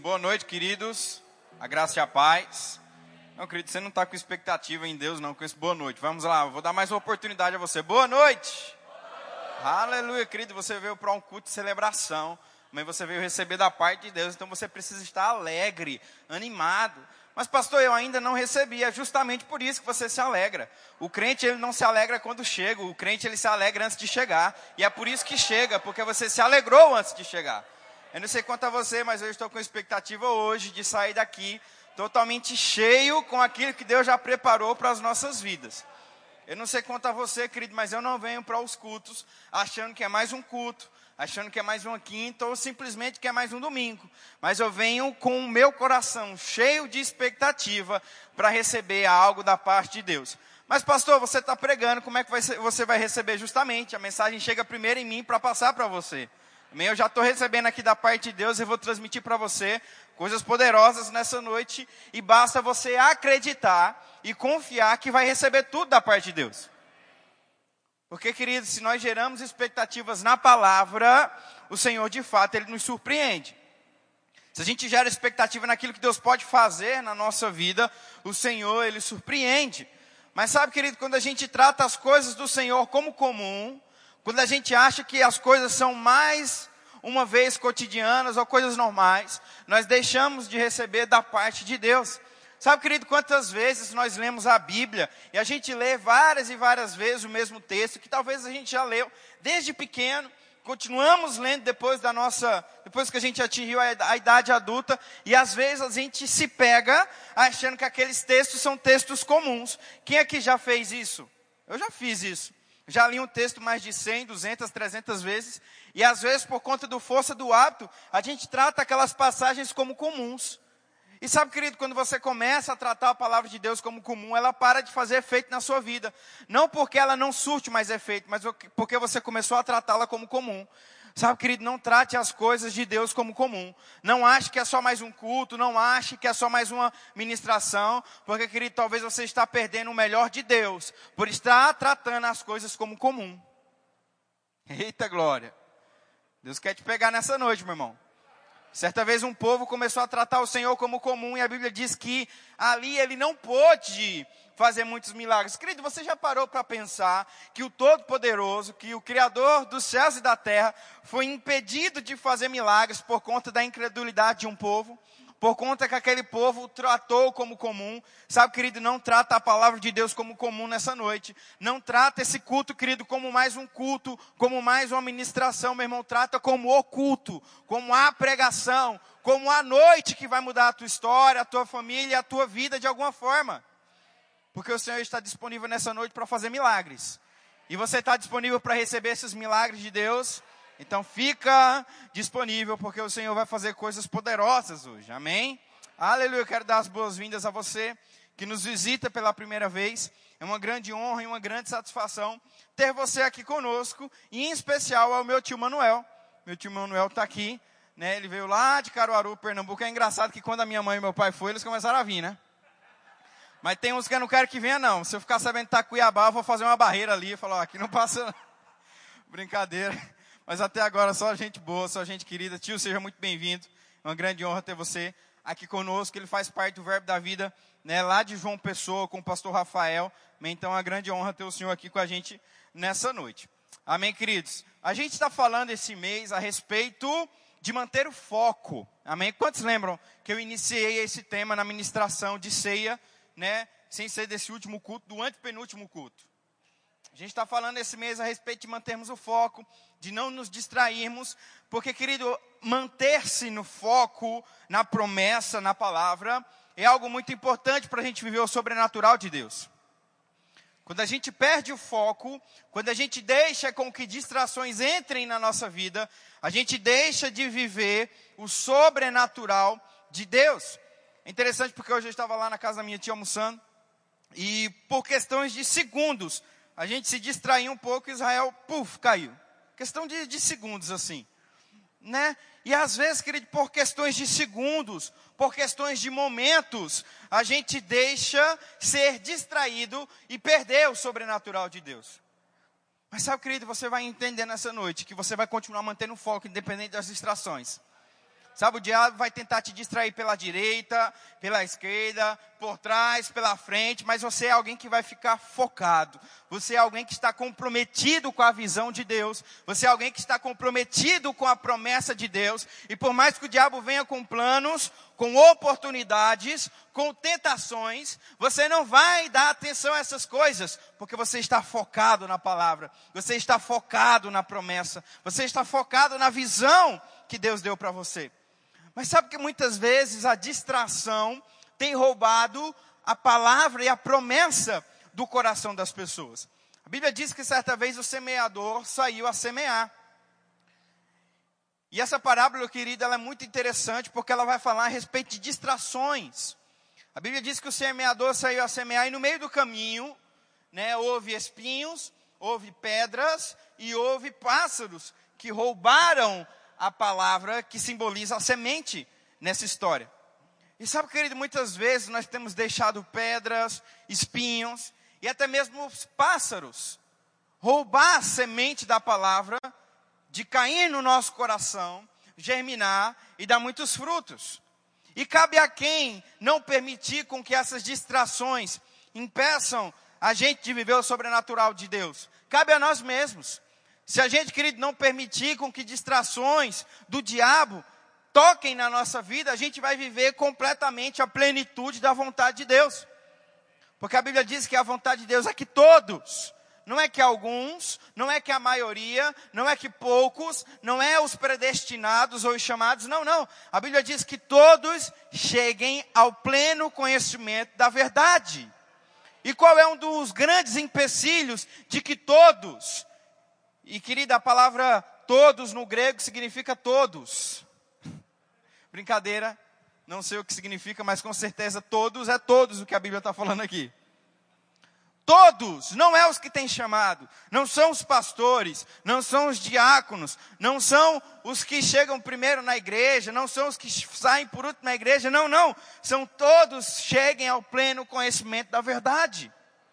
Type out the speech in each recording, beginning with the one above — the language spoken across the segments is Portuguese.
Boa noite, queridos. A graça e a paz. Não, querido, você não está com expectativa em Deus, não, com esse boa noite. Vamos lá, vou dar mais uma oportunidade a você. Boa noite. Aleluia, querido. Você veio para um culto de celebração, mas você veio receber da parte de Deus, então você precisa estar alegre, animado. Mas, pastor, eu ainda não recebi. É justamente por isso que você se alegra. O crente, ele não se alegra quando chega. O crente, ele se alegra antes de chegar. E é por isso que chega, porque você se alegrou antes de chegar. Eu não sei quanto a você, mas eu estou com expectativa hoje de sair daqui totalmente cheio com aquilo que Deus já preparou para as nossas vidas. Eu não sei quanto a você, querido, mas eu não venho para os cultos achando que é mais um culto, achando que é mais uma quinta ou simplesmente que é mais um domingo. Mas eu venho com o meu coração cheio de expectativa para receber algo da parte de Deus. Mas, pastor, você está pregando, como é que você vai receber justamente? A mensagem chega primeiro em mim para passar para você. Eu já estou recebendo aqui da parte de Deus e vou transmitir para você coisas poderosas nessa noite. E basta você acreditar e confiar que vai receber tudo da parte de Deus. Porque, queridos, se nós geramos expectativas na palavra, o Senhor, de fato, Ele nos surpreende. Se a gente gera expectativa naquilo que Deus pode fazer na nossa vida, o Senhor, Ele surpreende. Mas sabe, querido, quando a gente trata as coisas do Senhor como comum, quando a gente acha que as coisas são mais uma vez cotidianas ou coisas normais, nós deixamos de receber da parte de Deus. Sabe, querido, quantas vezes nós lemos a Bíblia e a gente lê várias e várias vezes o mesmo texto, que talvez a gente já leu desde pequeno, continuamos lendo depois que a gente atingiu a idade adulta, e às vezes a gente se pega achando que aqueles textos são textos comuns. Quem aqui já fez isso? Eu já fiz isso. Já li um texto mais de 100, 200, 300 vezes. E às vezes, por conta do força do hábito, a gente trata aquelas passagens como comuns. E sabe, querido, quando você começa a tratar a palavra de Deus como comum, ela para de fazer efeito na sua vida. Não porque ela não surte mais efeito, mas porque você começou a tratá-la como comum. Sabe, querido, não trate as coisas de Deus como comum. Não ache que é só mais um culto, não ache que é só mais uma ministração, porque, querido, talvez você está perdendo o melhor de Deus, por estar tratando as coisas como comum. Eita glória! Deus quer te pegar nessa noite, meu irmão. Certa vez um povo começou a tratar o Senhor como comum, e a Bíblia diz que ali ele não pôde fazer muitos milagres. Querido, você já parou para pensar que o Todo-Poderoso, que o Criador dos céus e da terra, foi impedido de fazer milagres por conta da incredulidade de um povo? Por conta que aquele povo tratou como comum. Sabe, querido, não trata a palavra de Deus como comum nessa noite. Não trata esse culto, querido, como mais um culto, como mais uma ministração, meu irmão. Trata como o culto, como a pregação, como a noite que vai mudar a tua história, a tua família, a tua vida de alguma forma. Porque o Senhor está disponível nessa noite para fazer milagres. E você está disponível para receber esses milagres de Deus? Então fica disponível, porque o Senhor vai fazer coisas poderosas hoje. Amém? Aleluia. Eu quero dar as boas-vindas a você que nos visita pela primeira vez. É uma grande honra e uma grande satisfação ter você aqui conosco. E em especial ao meu tio Manuel. Meu tio Manuel está aqui, né? Ele veio lá de Caruaru, Pernambuco. É engraçado que quando a minha mãe e meu pai foram, eles começaram a vir, né? Mas tem uns que eu não quero que venha, não. Se eu ficar sabendo que está Cuiabá, eu vou fazer uma barreira ali. Eu falo, aqui não passa. Brincadeira. Mas até agora só gente boa, só gente querida. Tio, seja muito bem-vindo. É uma grande honra ter você aqui conosco. Ele faz parte do Verbo da Vida, né, lá de João Pessoa, com o pastor Rafael. Então é uma grande honra ter o senhor aqui com a gente nessa noite. Amém, queridos? A gente está falando esse mês a respeito de manter o foco. Amém? Quantos lembram que eu iniciei esse tema na ministração de ceia, né, sem ser desse último culto, do antepenúltimo culto? A gente está falando esse mês a respeito de mantermos o foco, de não nos distrairmos, porque, querido, manter-se no foco, na promessa, na palavra, é algo muito importante para a gente viver o sobrenatural de Deus. Quando a gente perde o foco, quando a gente deixa com que distrações entrem na nossa vida, a gente deixa de viver o sobrenatural de Deus. É interessante porque hoje eu estava lá na casa da minha tia almoçando, e por questões de segundos, a gente se distraiu um pouco e Israel, caiu. Questão de segundos, assim. Né? E às vezes, querido, por questões de segundos, por questões de momentos, a gente deixa ser distraído e perder o sobrenatural de Deus. Mas sabe, querido, você vai entender nessa noite que você vai continuar mantendo o foco, independente das distrações. Sabe, o diabo vai tentar te distrair pela direita, pela esquerda, por trás, pela frente, mas você é alguém que vai ficar focado. Você é alguém que está comprometido com a visão de Deus. Você é alguém que está comprometido com a promessa de Deus. E por mais que o diabo venha com planos, com oportunidades, com tentações, você não vai dar atenção a essas coisas, porque você está focado na palavra. Você está focado na promessa. Você está focado na visão que Deus deu para você. Mas sabe que muitas vezes a distração tem roubado a palavra e a promessa do coração das pessoas. A Bíblia diz que certa vez o semeador saiu a semear. E essa parábola, querida, ela é muito interessante porque ela vai falar a respeito de distrações. A Bíblia diz que o semeador saiu a semear e no meio do caminho, houve espinhos, houve pedras e houve pássaros que roubaram a palavra que simboliza a semente nessa história. E sabe, querido, muitas vezes nós temos deixado pedras, espinhos e até mesmo os pássaros roubar a semente da palavra, de cair no nosso coração, germinar e dar muitos frutos. E cabe a quem não permitir com que essas distrações impeçam a gente de viver o sobrenatural de Deus. Cabe a nós mesmos. Se a gente, querido, não permitir com que distrações do diabo toquem na nossa vida, a gente vai viver completamente a plenitude da vontade de Deus. Porque a Bíblia diz que a vontade de Deus é que todos, não é que alguns, não é que a maioria, não é que poucos, não é os predestinados ou os chamados, não. A Bíblia diz que todos cheguem ao pleno conhecimento da verdade. E qual é um dos grandes empecilhos de que todos... E querida, a palavra todos no grego significa todos. Brincadeira, não sei o que significa, mas com certeza todos é todos o que a Bíblia está falando aqui. Todos, não é os que têm chamado, não são os pastores, não são os diáconos, não são os que chegam primeiro na igreja, não são os que saem por último na igreja, não. São todos cheguem ao pleno conhecimento da verdade.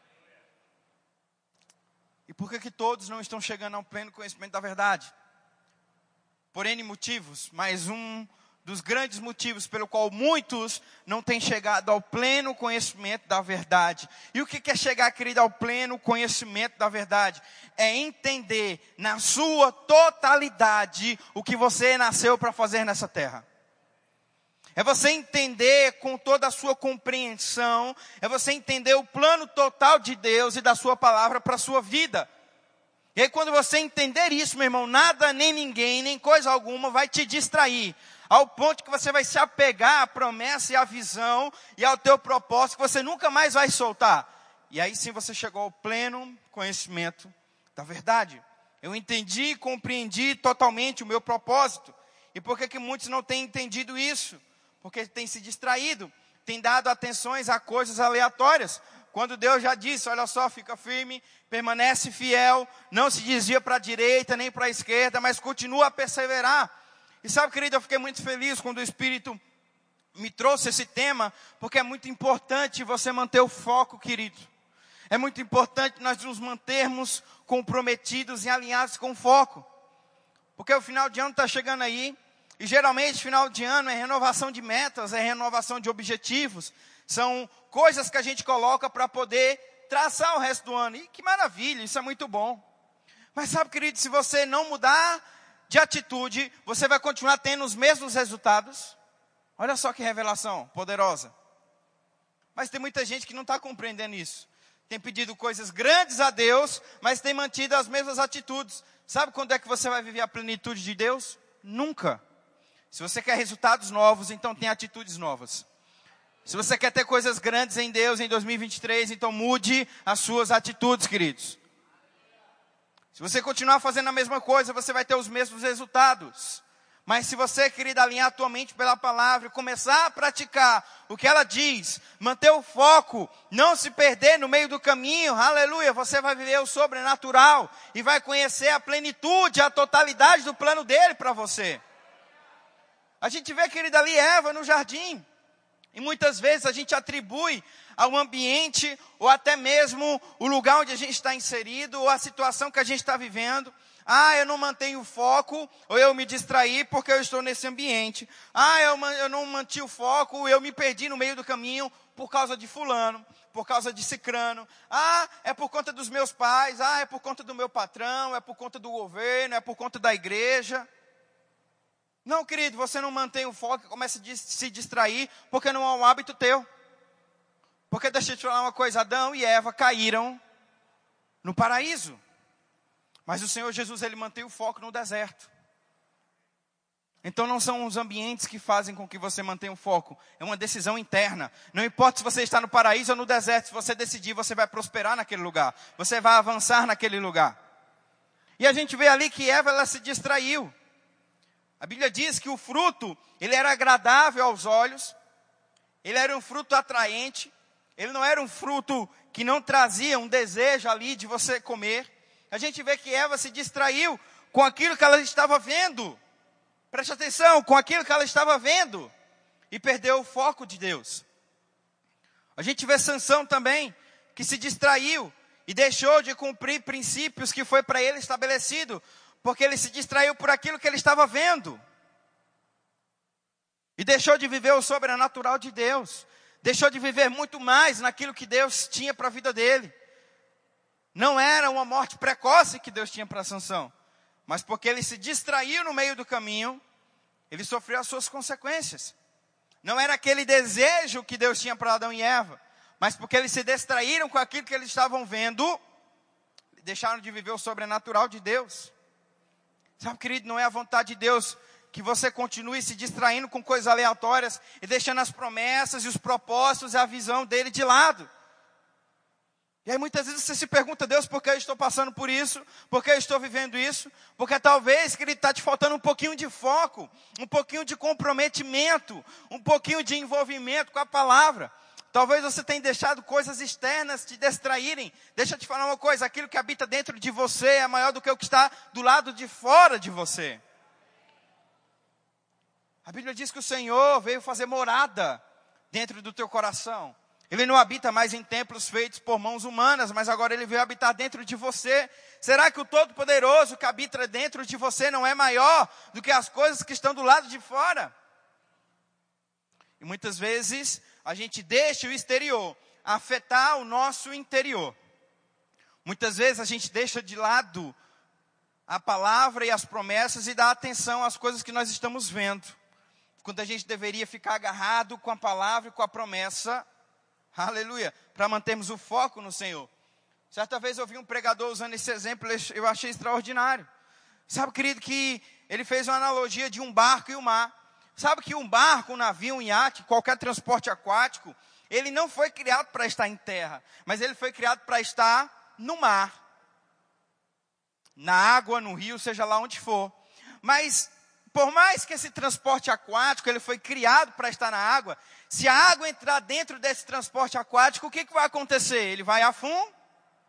E por que todos não estão chegando ao pleno conhecimento da verdade? Por N motivos, mas um dos grandes motivos pelo qual muitos não têm chegado ao pleno conhecimento da verdade. E o que é chegar, querido, ao pleno conhecimento da verdade? É entender na sua totalidade o que você nasceu para fazer nessa terra. É você entender com toda a sua compreensão, é você entender o plano total de Deus e da sua palavra para a sua vida. E aí quando você entender isso, meu irmão, nada, nem ninguém, nem coisa alguma vai te distrair. Ao ponto que você vai se apegar à promessa e à visão e ao teu propósito que você nunca mais vai soltar. E aí sim você chegou ao pleno conhecimento da verdade. Eu entendi e compreendi totalmente o meu propósito. E por que muitos não têm entendido isso? Porque tem se distraído, tem dado atenções a coisas aleatórias. Quando Deus já disse, olha só, fica firme, permanece fiel, não se desvia para a direita nem para a esquerda, mas continua a perseverar. E sabe, querido, eu fiquei muito feliz quando o Espírito me trouxe esse tema, porque é muito importante você manter o foco, querido. É muito importante nós nos mantermos comprometidos e alinhados com o foco. Porque o final de ano está chegando aí. E geralmente final de ano é renovação de metas, é renovação de objetivos. São coisas que a gente coloca para poder traçar o resto do ano. E que maravilha, isso é muito bom. Mas sabe, querido, se você não mudar de atitude, você vai continuar tendo os mesmos resultados. Olha só que revelação poderosa. Mas tem muita gente que não está compreendendo isso. Tem pedido coisas grandes a Deus, mas tem mantido as mesmas atitudes. Sabe quando é que você vai viver a plenitude de Deus? Nunca. Se você quer resultados novos, então tenha atitudes novas. Se você quer ter coisas grandes em Deus em 2023, então mude as suas atitudes, queridos. Se você continuar fazendo a mesma coisa, você vai ter os mesmos resultados. Mas se você, querido, alinhar a tua mente pela palavra e começar a praticar o que ela diz, manter o foco, não se perder no meio do caminho, aleluia, você vai viver o sobrenatural e vai conhecer a plenitude, a totalidade do plano dele para você. A gente vê, querida, ali Eva no jardim. E muitas vezes a gente atribui ao ambiente, ou até mesmo o lugar onde a gente está inserido, ou a situação que a gente está vivendo, Eu não mantenho o foco, ou eu me distraí porque eu estou nesse ambiente. Eu não mantive o foco, eu me perdi no meio do caminho por causa de fulano, por causa de cicrano. É por conta dos meus pais, é por conta do meu patrão, é por conta do governo, é por conta da igreja. Não, querido, você não mantém o foco, começa a se distrair, porque não é um hábito teu. Porque deixa eu te falar uma coisa, Adão e Eva caíram no paraíso. Mas o Senhor Jesus, Ele mantém o foco no deserto. Então não são os ambientes que fazem com que você mantenha o foco. É uma decisão interna. Não importa se você está no paraíso ou no deserto, se você decidir, você vai prosperar naquele lugar. Você vai avançar naquele lugar. E a gente vê ali que Eva, ela se distraiu. A Bíblia diz que o fruto, ele era agradável aos olhos, ele era um fruto atraente, ele não era um fruto que não trazia um desejo ali de você comer. A gente vê que Eva se distraiu com aquilo que ela estava vendo. Preste atenção, com aquilo que ela estava vendo. E perdeu o foco de Deus. A gente vê Sansão também, que se distraiu e deixou de cumprir princípios que foi para ele estabelecido. Porque ele se distraiu por aquilo que ele estava vendo. E deixou de viver o sobrenatural de Deus. Deixou de viver muito mais naquilo que Deus tinha para a vida dele. Não era uma morte precoce que Deus tinha para Sansão. Mas porque ele se distraiu no meio do caminho, ele sofreu as suas consequências. Não era aquele desejo que Deus tinha para Adão e Eva. Mas porque eles se distraíram com aquilo que eles estavam vendo, deixaram de viver o sobrenatural de Deus. Sabe, querido, não é a vontade de Deus que você continue se distraindo com coisas aleatórias e deixando as promessas e os propósitos e a visão dele de lado. E aí muitas vezes você se pergunta, Deus, por que eu estou passando por isso? Por que eu estou vivendo isso? Porque talvez, querido, está te faltando um pouquinho de foco, um pouquinho de comprometimento, um pouquinho de envolvimento com a palavra. Talvez você tenha deixado coisas externas te distraírem. Deixa eu te falar uma coisa, aquilo que habita dentro de você é maior do que o que está do lado de fora de você. A Bíblia diz que o Senhor veio fazer morada dentro do teu coração. Ele não habita mais em templos feitos por mãos humanas, mas agora ele veio habitar dentro de você. Será que o Todo-Poderoso que habita dentro de você não é maior do que as coisas que estão do lado de fora? E muitas vezes a gente deixa o exterior afetar o nosso interior. Muitas vezes a gente deixa de lado a palavra e as promessas e dá atenção às coisas que nós estamos vendo. Quando a gente deveria ficar agarrado com a palavra e com a promessa, aleluia, para mantermos o foco no Senhor. Certa vez eu vi um pregador usando esse exemplo, eu achei extraordinário. Sabe, querido, que ele fez uma analogia de um barco e o mar. Sabe que um barco, um navio, um iate, qualquer transporte aquático, ele não foi criado para estar em terra, mas ele foi criado para estar no mar. Na água, no rio, seja lá onde for. Mas, por mais que esse transporte aquático, ele foi criado para estar na água, se a água entrar dentro desse transporte aquático, o que vai acontecer? Ele vai afundar.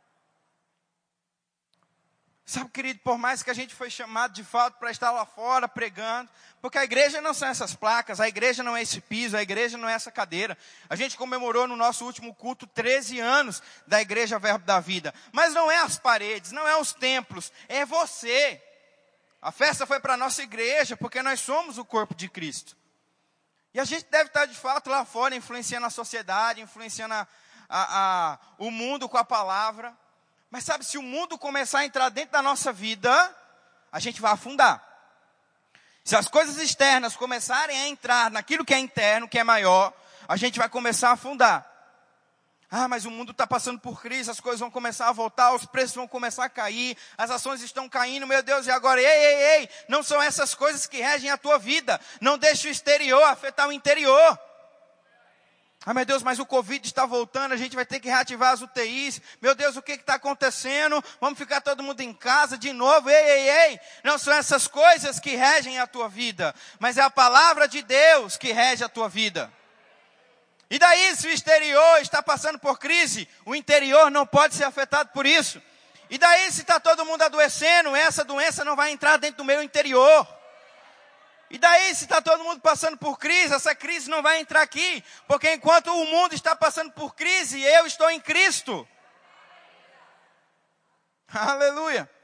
Sabe, querido, por mais que a gente foi chamado de fato para estar lá fora pregando, porque a igreja não são essas placas, a igreja não é esse piso, a igreja não é essa cadeira. A gente comemorou no nosso último culto 13 anos da Igreja Verbo da Vida. Mas não é as paredes, não é os templos, é você. A festa foi para a nossa igreja, porque nós somos o corpo de Cristo. E a gente deve estar de fato lá fora, influenciando a sociedade, influenciando o mundo com a palavra. Mas sabe, se o mundo começar a entrar dentro da nossa vida, a gente vai afundar. Se as coisas externas começarem a entrar naquilo que é interno, que é maior, a gente vai começar a afundar. Mas o mundo está passando por crise, as coisas vão começar a voltar, os preços vão começar a cair, as ações estão caindo, meu Deus, e agora? Ei, não são essas coisas que regem a tua vida. Não deixe o exterior afetar o interior. Meu Deus, mas o Covid está voltando, a gente vai ter que reativar as UTIs. Meu Deus, o que está acontecendo? Vamos ficar todo mundo em casa de novo? Ei. Não são essas coisas que regem a tua vida, mas é a palavra de Deus que rege a tua vida. E daí, se o exterior está passando por crise, o interior não pode ser afetado por isso. E daí, se está todo mundo adoecendo, essa doença não vai entrar dentro do meu interior. E daí, se está todo mundo passando por crise, essa crise não vai entrar aqui. Porque enquanto o mundo está passando por crise, eu estou em Cristo. Aleluia.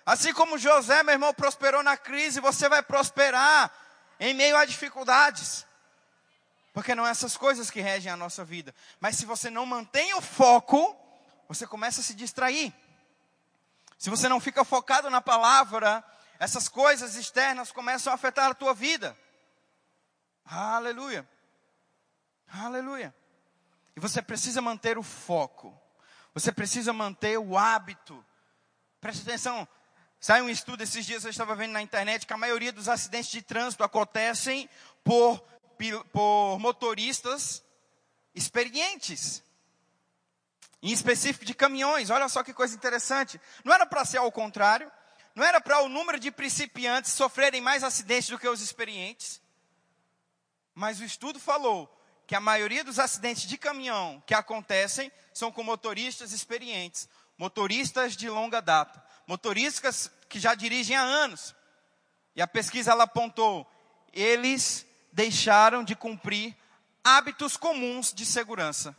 Assim como José, meu irmão, prosperou na crise, você vai prosperar em meio a dificuldades. Porque não é essas coisas que regem a nossa vida. Mas se você não mantém o foco, você começa a se distrair. Se você não fica focado na palavra, essas coisas externas começam a afetar a tua vida. Aleluia. Aleluia. E você precisa manter o foco. Você precisa manter o hábito. Preste atenção. Sai um estudo esses dias, eu estava vendo na internet, que a maioria dos acidentes de trânsito acontecem por motoristas experientes. Em específico de caminhões. Olha só que coisa interessante. Não era para ser ao contrário. Não era para o número de principiantes sofrerem mais acidentes do que os experientes. Mas o estudo falou que a maioria dos acidentes de caminhão que acontecem são com motoristas experientes. Motoristas de longa data. Motoristas que já dirigem há anos. E a pesquisa ela apontou, eles deixaram de cumprir hábitos comuns de segurança.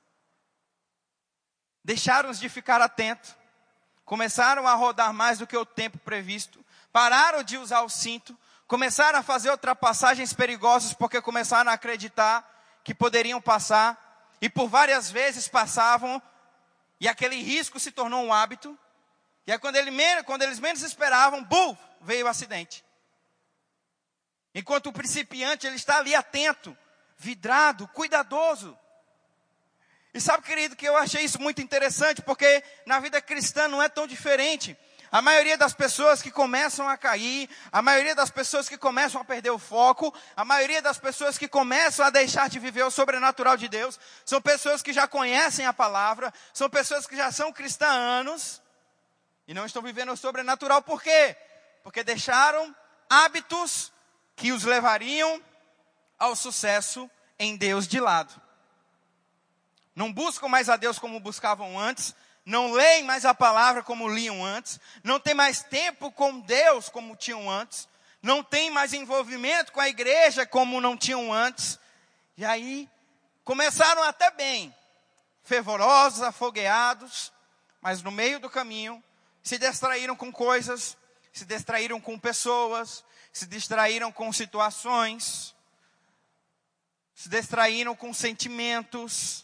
Deixaram de ficar atentos. Começaram a rodar mais do que o tempo previsto. Pararam de usar o cinto. Começaram a fazer ultrapassagens perigosas porque começaram a acreditar que poderiam passar. E por várias vezes passavam. E aquele risco se tornou um hábito. E aí quando eles menos esperavam, bum, veio o acidente. Enquanto o principiante, ele está ali atento, vidrado, cuidadoso. E sabe, querido, que eu achei isso muito interessante, porque na vida cristã não é tão diferente. A maioria das pessoas que começam a cair, a maioria das pessoas que começam a perder o foco, a maioria das pessoas que começam a deixar de viver o sobrenatural de Deus, são pessoas que já conhecem a palavra, são pessoas que já são cristãs há anos, e não estão vivendo o sobrenatural. Por quê? Porque deixaram hábitos que os levariam ao sucesso em Deus de lado. Não buscam mais a Deus como buscavam antes. Não leem mais a palavra como liam antes. Não tem mais tempo com Deus como tinham antes. Não tem mais envolvimento com a igreja como não tinham antes. E aí, começaram até bem. Fervorosos, afogueados. Mas no meio do caminho, se distraíram com coisas. Se distraíram com pessoas. Se distraíram com situações. Se distraíram com sentimentos.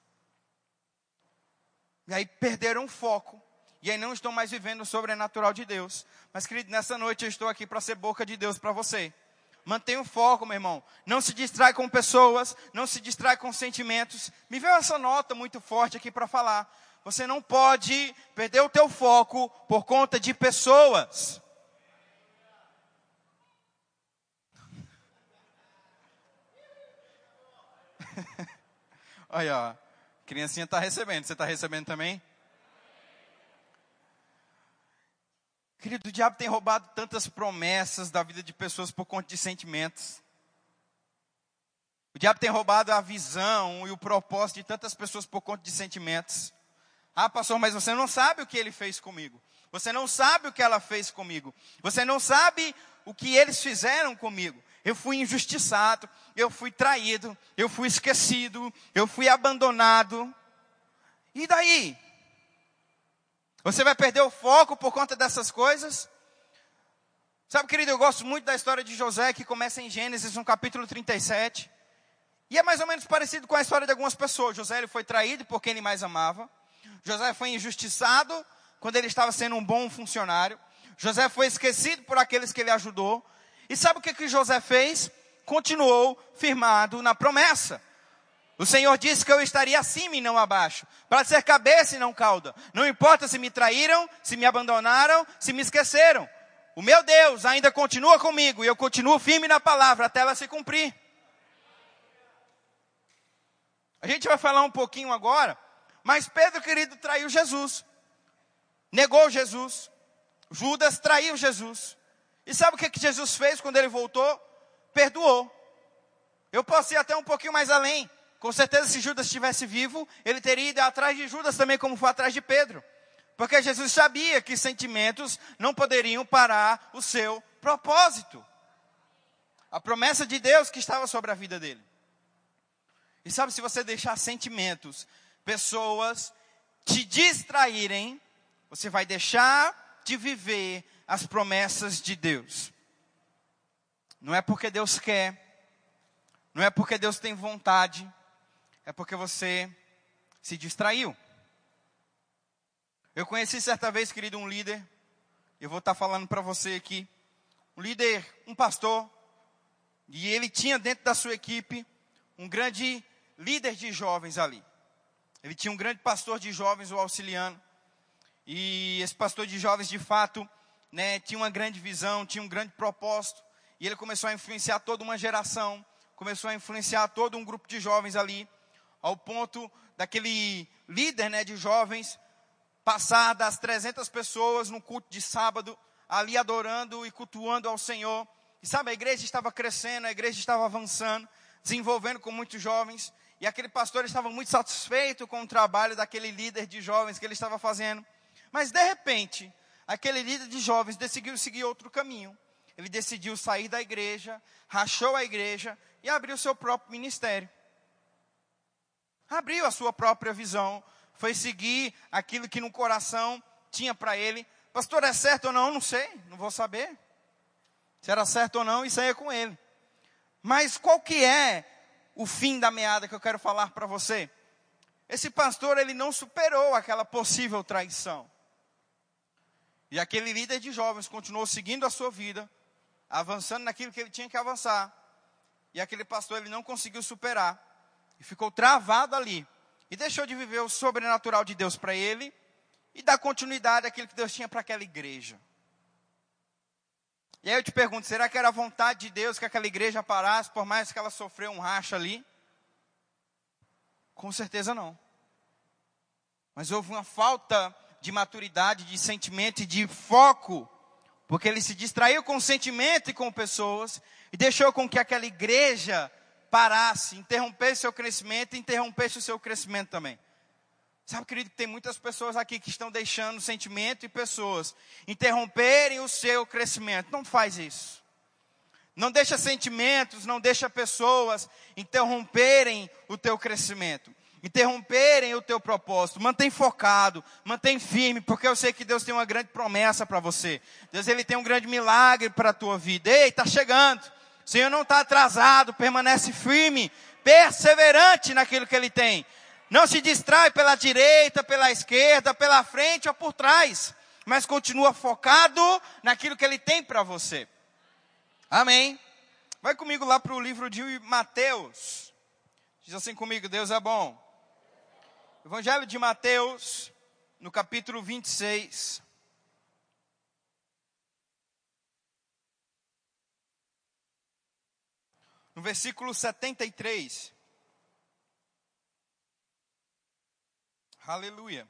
E aí perderam o foco. E aí não estão mais vivendo o sobrenatural de Deus. Mas, querido, nessa noite eu estou aqui para ser boca de Deus para você. Mantenha o foco, meu irmão. Não se distrai com pessoas. Não se distrai com sentimentos. Me veio essa nota muito forte aqui para falar. Você não pode perder o teu foco por conta de pessoas. Olha, ó. Criancinha está recebendo. Você está recebendo também? Querido, o diabo tem roubado tantas promessas da vida de pessoas por conta de sentimentos. O diabo tem roubado a visão e o propósito de tantas pessoas por conta de sentimentos. Ah, pastor, mas você não sabe o que ele fez comigo. Você não sabe o que ela fez comigo. Você não sabe o que eles fizeram comigo. Eu fui injustiçado, eu fui traído, eu fui esquecido, eu fui abandonado. E daí? Você vai perder o foco por conta dessas coisas? Sabe, querido, eu gosto muito da história de José, que começa em Gênesis, no capítulo 37. E é mais ou menos parecido com a história de algumas pessoas. José ele foi traído por quem ele mais amava. José foi injustiçado quando ele estava sendo um bom funcionário. José foi esquecido por aqueles que ele ajudou. E sabe o que José fez? Continuou firmado na promessa. O Senhor disse que eu estaria acima e não abaixo, para ser cabeça e não cauda. Não importa se me traíram, se me abandonaram, se me esqueceram. O meu Deus ainda continua comigo e eu continuo firme na palavra até ela se cumprir. A gente vai falar um pouquinho agora, mas Pedro, querido, traiu Jesus. Negou Jesus. Judas traiu Jesus. E sabe o que Jesus fez quando ele voltou? Perdoou. Eu posso ir até um pouquinho mais além. Com certeza, se Judas estivesse vivo, ele teria ido atrás de Judas também, como foi atrás de Pedro. Porque Jesus sabia que sentimentos não poderiam parar o seu propósito. A promessa de Deus que estava sobre a vida dele. E sabe, se você deixar sentimentos, pessoas te distraírem, você vai deixar de viver as promessas de Deus. Não é porque Deus quer, não é porque Deus tem vontade, é porque você se distraiu. Eu conheci certa vez, querido, um líder, eu vou estar falando para você aqui, um líder, um pastor, e ele tinha dentro da sua equipe um grande líder de jovens ali. Ele tinha um grande pastor de jovens, o auxiliando, e esse pastor de jovens, de fato, né, tinha uma grande visão, tinha um grande propósito, e ele começou a influenciar toda uma geração, começou a influenciar todo um grupo de jovens ali, ao ponto daquele líder, né, de jovens passar das 300 pessoas no culto de sábado, ali adorando e cultuando ao Senhor. E sabe, a igreja estava crescendo, a igreja estava avançando, desenvolvendo com muitos jovens. E aquele pastor estava muito satisfeito com o trabalho daquele líder de jovens que ele estava fazendo. Mas de repente, aquele líder de jovens decidiu seguir outro caminho. Ele decidiu sair da igreja, rachou a igreja e abriu seu próprio ministério. Abriu a sua própria visão, foi seguir aquilo que no coração tinha para ele. Pastor, é certo ou não? Não sei, não vou saber. Se era certo ou não, isso aí é com ele. Mas qual que é o fim da meada que eu quero falar para você? Esse pastor, ele não superou aquela possível traição. E aquele líder de jovens continuou seguindo a sua vida, avançando naquilo que ele tinha que avançar. E aquele pastor, ele não conseguiu superar. E ficou travado ali. E deixou de viver o sobrenatural de Deus para ele. E dar continuidade àquilo que Deus tinha para aquela igreja. E aí eu te pergunto, será que era a vontade de Deus que aquela igreja parasse, por mais que ela sofreu um racha ali? Com certeza não. Mas houve uma falta de maturidade, de sentimento e de foco. Porque ele se distraiu com o sentimento e com pessoas. E deixou com que aquela igreja parasse, interrompesse seu crescimento e interrompesse o seu crescimento também. Sabe, querido, que tem muitas pessoas aqui que estão deixando sentimento e pessoas interromperem o seu crescimento. Não faz isso. Não deixa sentimentos, não deixa pessoas interromperem o teu crescimento. Interromperem o teu propósito. Mantém focado, mantém firme, porque eu sei que Deus tem uma grande promessa para você. Deus, ele tem um grande milagre para a tua vida. Ei, está chegando. O Senhor não está atrasado, permanece firme, perseverante naquilo que Ele tem. Não se distrai pela direita, pela esquerda, pela frente ou por trás, mas continua focado naquilo que Ele tem para você. Amém? Vai comigo lá para o livro de Mateus. Diz assim comigo, Deus é bom. Evangelho de Mateus, no capítulo 26. No versículo 73. Aleluia.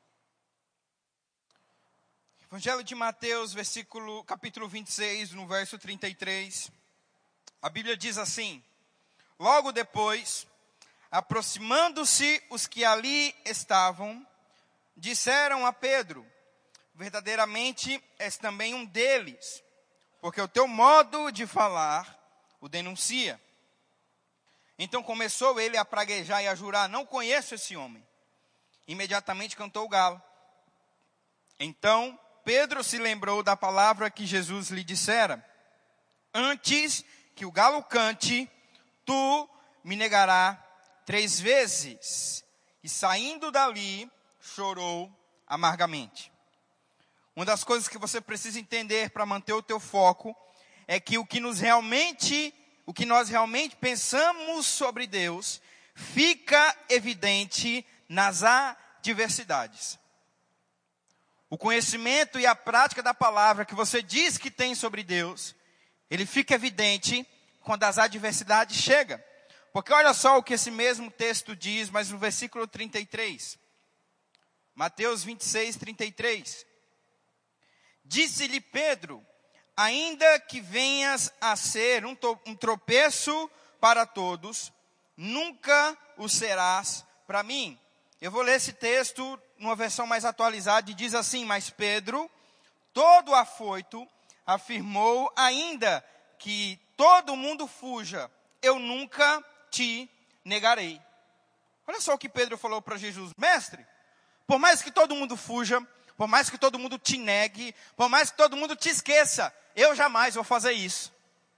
Evangelho de Mateus, capítulo 26, no verso 33. A Bíblia diz assim: logo depois, aproximando-se os que ali estavam, disseram a Pedro: verdadeiramente és também um deles, porque o teu modo de falar o denuncia. Então começou ele a praguejar e a jurar: não conheço esse homem. Imediatamente cantou o galo. Então Pedro se lembrou da palavra que Jesus lhe dissera: antes que o galo cante, tu me negarás 3 vezes. E saindo dali, chorou amargamente. Uma das coisas que você precisa entender para manter o teu foco é que o que nós realmente pensamos sobre Deus fica evidente nas adversidades. O conhecimento e a prática da palavra que você diz que tem sobre Deus, ele fica evidente quando as adversidades chegam. Porque olha só o que esse mesmo texto diz, mas no versículo 33. Mateus 26, 33. Disse-lhe Pedro: ainda que venhas a ser um tropeço para todos, nunca o serás para mim. Eu vou ler esse texto numa versão mais atualizada e diz assim: mas Pedro, todo afoito, afirmou: ainda que todo mundo fuja, eu nunca te negarei. Olha só o que Pedro falou para Jesus: mestre, por mais que todo mundo fuja, por mais que todo mundo te negue, por mais que todo mundo te esqueça, eu jamais vou fazer isso.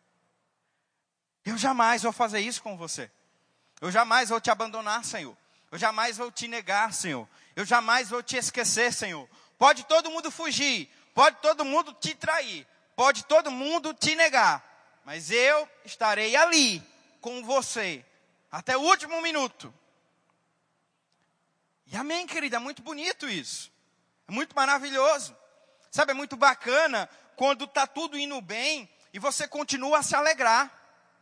Eu jamais vou fazer isso com você. Eu jamais vou te abandonar, Senhor. Eu jamais vou te negar, Senhor. Eu jamais vou te esquecer, Senhor. Pode todo mundo fugir, pode todo mundo te trair, pode todo mundo te negar, mas eu estarei ali com você até o último minuto. E amém, querida, é muito bonito isso. É muito maravilhoso. Sabe, é muito bacana quando está tudo indo bem e você continua a se alegrar.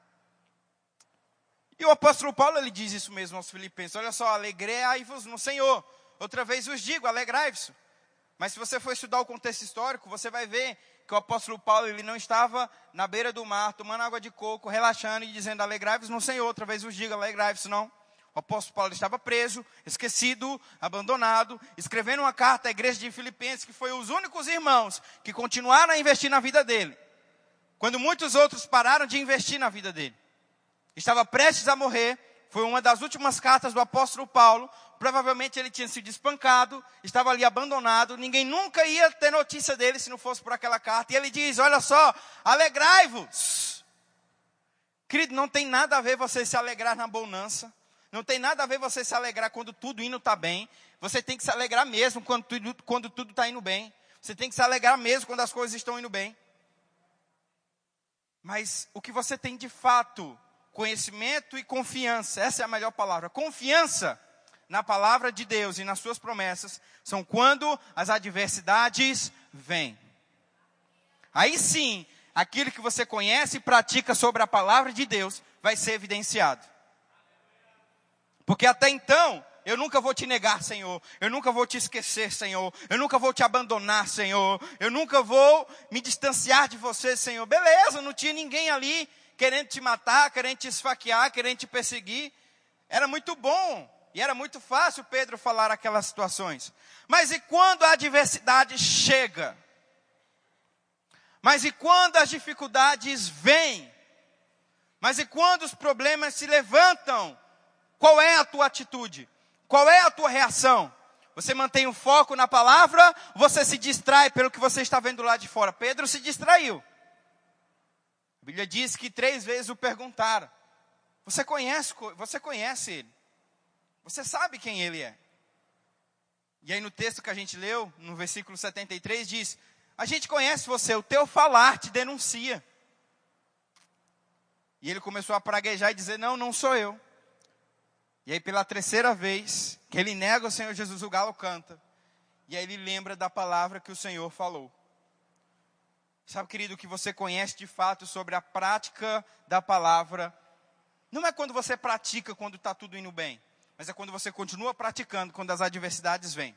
E o apóstolo Paulo, ele diz isso mesmo aos filipenses. Olha só, alegrai-vos no Senhor. Outra vez vos digo, alegrai-vos. Mas se você for estudar o contexto histórico, você vai ver que o apóstolo Paulo, ele não estava na beira do mar, tomando água de coco, relaxando e dizendo, alegrai-vos no Senhor. Outra vez vos digo, alegrai-vos, não. O apóstolo Paulo estava preso, esquecido, abandonado, escrevendo uma carta à igreja de Filipenses, que foi os únicos irmãos que continuaram a investir na vida dele, quando muitos outros pararam de investir na vida dele. Estava prestes a morrer, foi uma das últimas cartas do apóstolo Paulo, provavelmente ele tinha sido espancado, estava ali abandonado, ninguém nunca ia ter notícia dele se não fosse por aquela carta, e ele diz, olha só, alegrai-vos. Querido, não tem nada a ver você se alegrar na bonança, não tem nada a ver você se alegrar quando tudo indo está bem, você tem que se alegrar mesmo quando tudo está indo bem, você tem que se alegrar mesmo quando as coisas estão indo bem. Mas o que você tem de fato, conhecimento e confiança, essa é a melhor palavra, confiança na palavra de Deus e nas suas promessas, são quando as adversidades vêm. Aí sim, aquilo que você conhece e pratica sobre a palavra de Deus vai ser evidenciado. Porque até então, eu nunca vou te negar, Senhor. Eu nunca vou te esquecer, Senhor. Eu nunca vou te abandonar, Senhor. Eu nunca vou me distanciar de você, Senhor. Beleza, não tinha ninguém ali querendo te matar, querendo te esfaquear, querendo te perseguir. Era muito bom. E era muito fácil Pedro falar aquelas situações. Mas e quando a adversidade chega? Mas e quando as dificuldades vêm? Mas e quando os problemas se levantam? Qual é a tua atitude? Qual é a tua reação? Você mantém o foco na palavra? Você se distrai pelo que você está vendo lá de fora? Pedro se distraiu. A Bíblia diz que 3 vezes o perguntaram. Você conhece ele? Você sabe quem ele é? E aí no texto que a gente leu, no versículo 73, diz, a gente conhece você, o teu falar te denuncia. E ele começou a praguejar e dizer, não sou eu. E aí pela 3ª vez que ele nega o Senhor Jesus, o galo canta. E aí ele lembra da palavra que o Senhor falou. Sabe, querido, o que você conhece de fato sobre a prática da palavra, não é quando você pratica quando está tudo indo bem, mas é quando você continua praticando quando as adversidades vêm.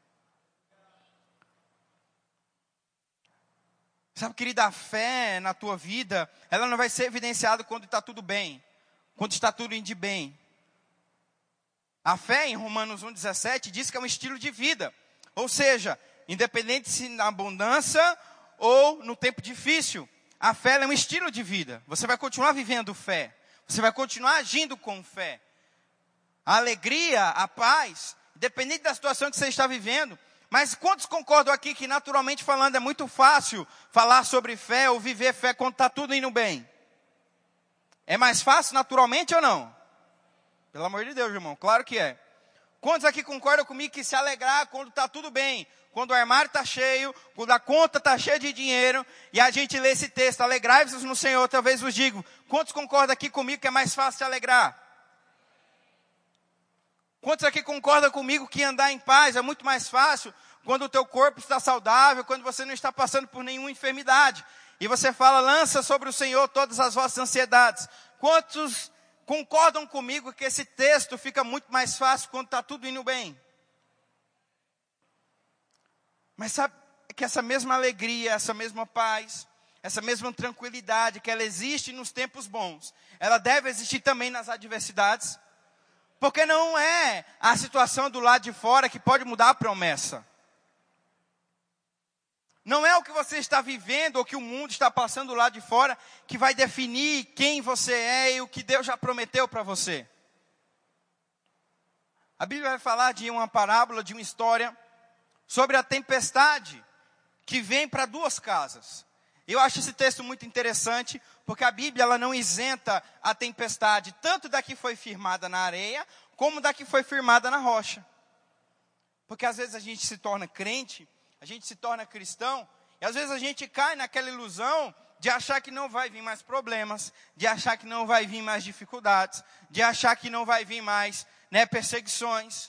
Sabe, querida, a fé na tua vida, ela não vai ser evidenciada quando está tudo bem, quando está tudo indo bem. A fé, em Romanos 1,17, diz que é um estilo de vida. Ou seja, independente se na abundância ou no tempo difícil, a fé é um estilo de vida. Você vai continuar vivendo fé. Você vai continuar agindo com fé. A alegria, a paz, independente da situação que você está vivendo. Mas quantos concordam aqui que, naturalmente falando, é muito fácil falar sobre fé ou viver fé quando está tudo indo bem? É mais fácil naturalmente ou não? Pelo amor de Deus, irmão, claro que é. Quantos aqui concordam comigo que se alegrar quando está tudo bem? Quando o armário está cheio, quando a conta está cheia de dinheiro, e a gente lê esse texto, alegrai-vos no Senhor, talvez vos digo, quantos concordam aqui comigo que é mais fácil se alegrar? Quantos aqui concordam comigo que andar em paz é muito mais fácil quando o teu corpo está saudável, quando você não está passando por nenhuma enfermidade? E você fala, lança sobre o Senhor todas as vossas ansiedades. Quantos concordam comigo que esse texto fica muito mais fácil quando está tudo indo bem? Mas sabe que essa mesma alegria, essa mesma paz, essa mesma tranquilidade que ela existe nos tempos bons, ela deve existir também nas adversidades? Porque não é a situação do lado de fora que pode mudar a promessa. Não é o que você está vivendo ou que o mundo está passando do lado de fora que vai definir quem você é e o que Deus já prometeu para você. A Bíblia vai falar de uma parábola, de uma história, sobre a tempestade que vem para duas casas. Eu acho esse texto muito interessante, porque a Bíblia ela não isenta a tempestade, tanto da que foi firmada na areia, como da que foi firmada na rocha. Porque às vezes a gente se torna crente, a gente se torna cristão, e às vezes a gente cai naquela ilusão de achar que não vai vir mais problemas, de achar que não vai vir mais dificuldades, de achar que não vai vir mais, perseguições.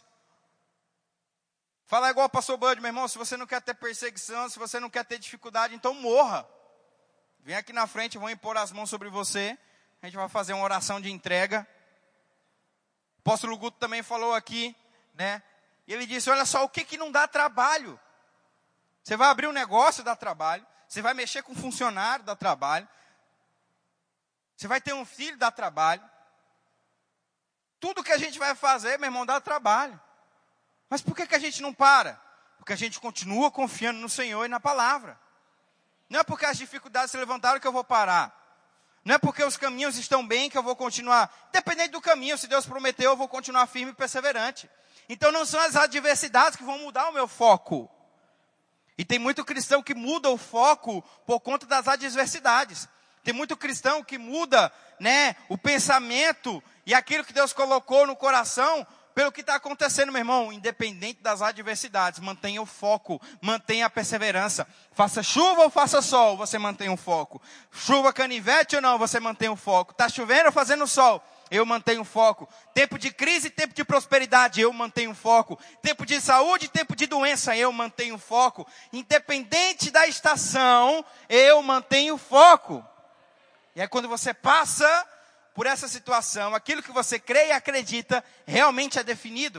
Fala igual o pastor Bud, meu irmão, se você não quer ter perseguição, se você não quer ter dificuldade, então morra. Vem aqui na frente, vou impor as mãos sobre você, a gente vai fazer uma oração de entrega. O apóstolo Guto também falou aqui, e ele disse, olha só, o que não dá trabalho? Você vai abrir um negócio, dá trabalho. Você vai mexer com um funcionário, dá trabalho. Você vai ter um filho, dá trabalho. Tudo que a gente vai fazer, meu irmão, dá trabalho. Mas por que a gente não para? Porque a gente continua confiando no Senhor e na palavra. Não é porque as dificuldades se levantaram que eu vou parar. Não é porque os caminhos estão bem que eu vou continuar. Independente do caminho, se Deus prometeu, eu vou continuar firme e perseverante. Então não são as adversidades que vão mudar o meu foco. E tem muito cristão que muda o foco por conta das adversidades. Tem muito cristão que muda, o pensamento e aquilo que Deus colocou no coração pelo que está acontecendo, meu irmão. Independente das adversidades, mantenha o foco, mantenha a perseverança. Faça chuva ou faça sol, você mantém o foco. Chuva canivete ou não, você mantém o foco. Está chovendo ou fazendo sol, eu mantenho o foco. Tempo de crise, tempo de prosperidade, eu mantenho o foco. Tempo de saúde, tempo de doença, eu mantenho o foco. Independente da estação, eu mantenho o foco. E aí quando você passa por essa situação, aquilo que você crê e acredita, realmente é definido.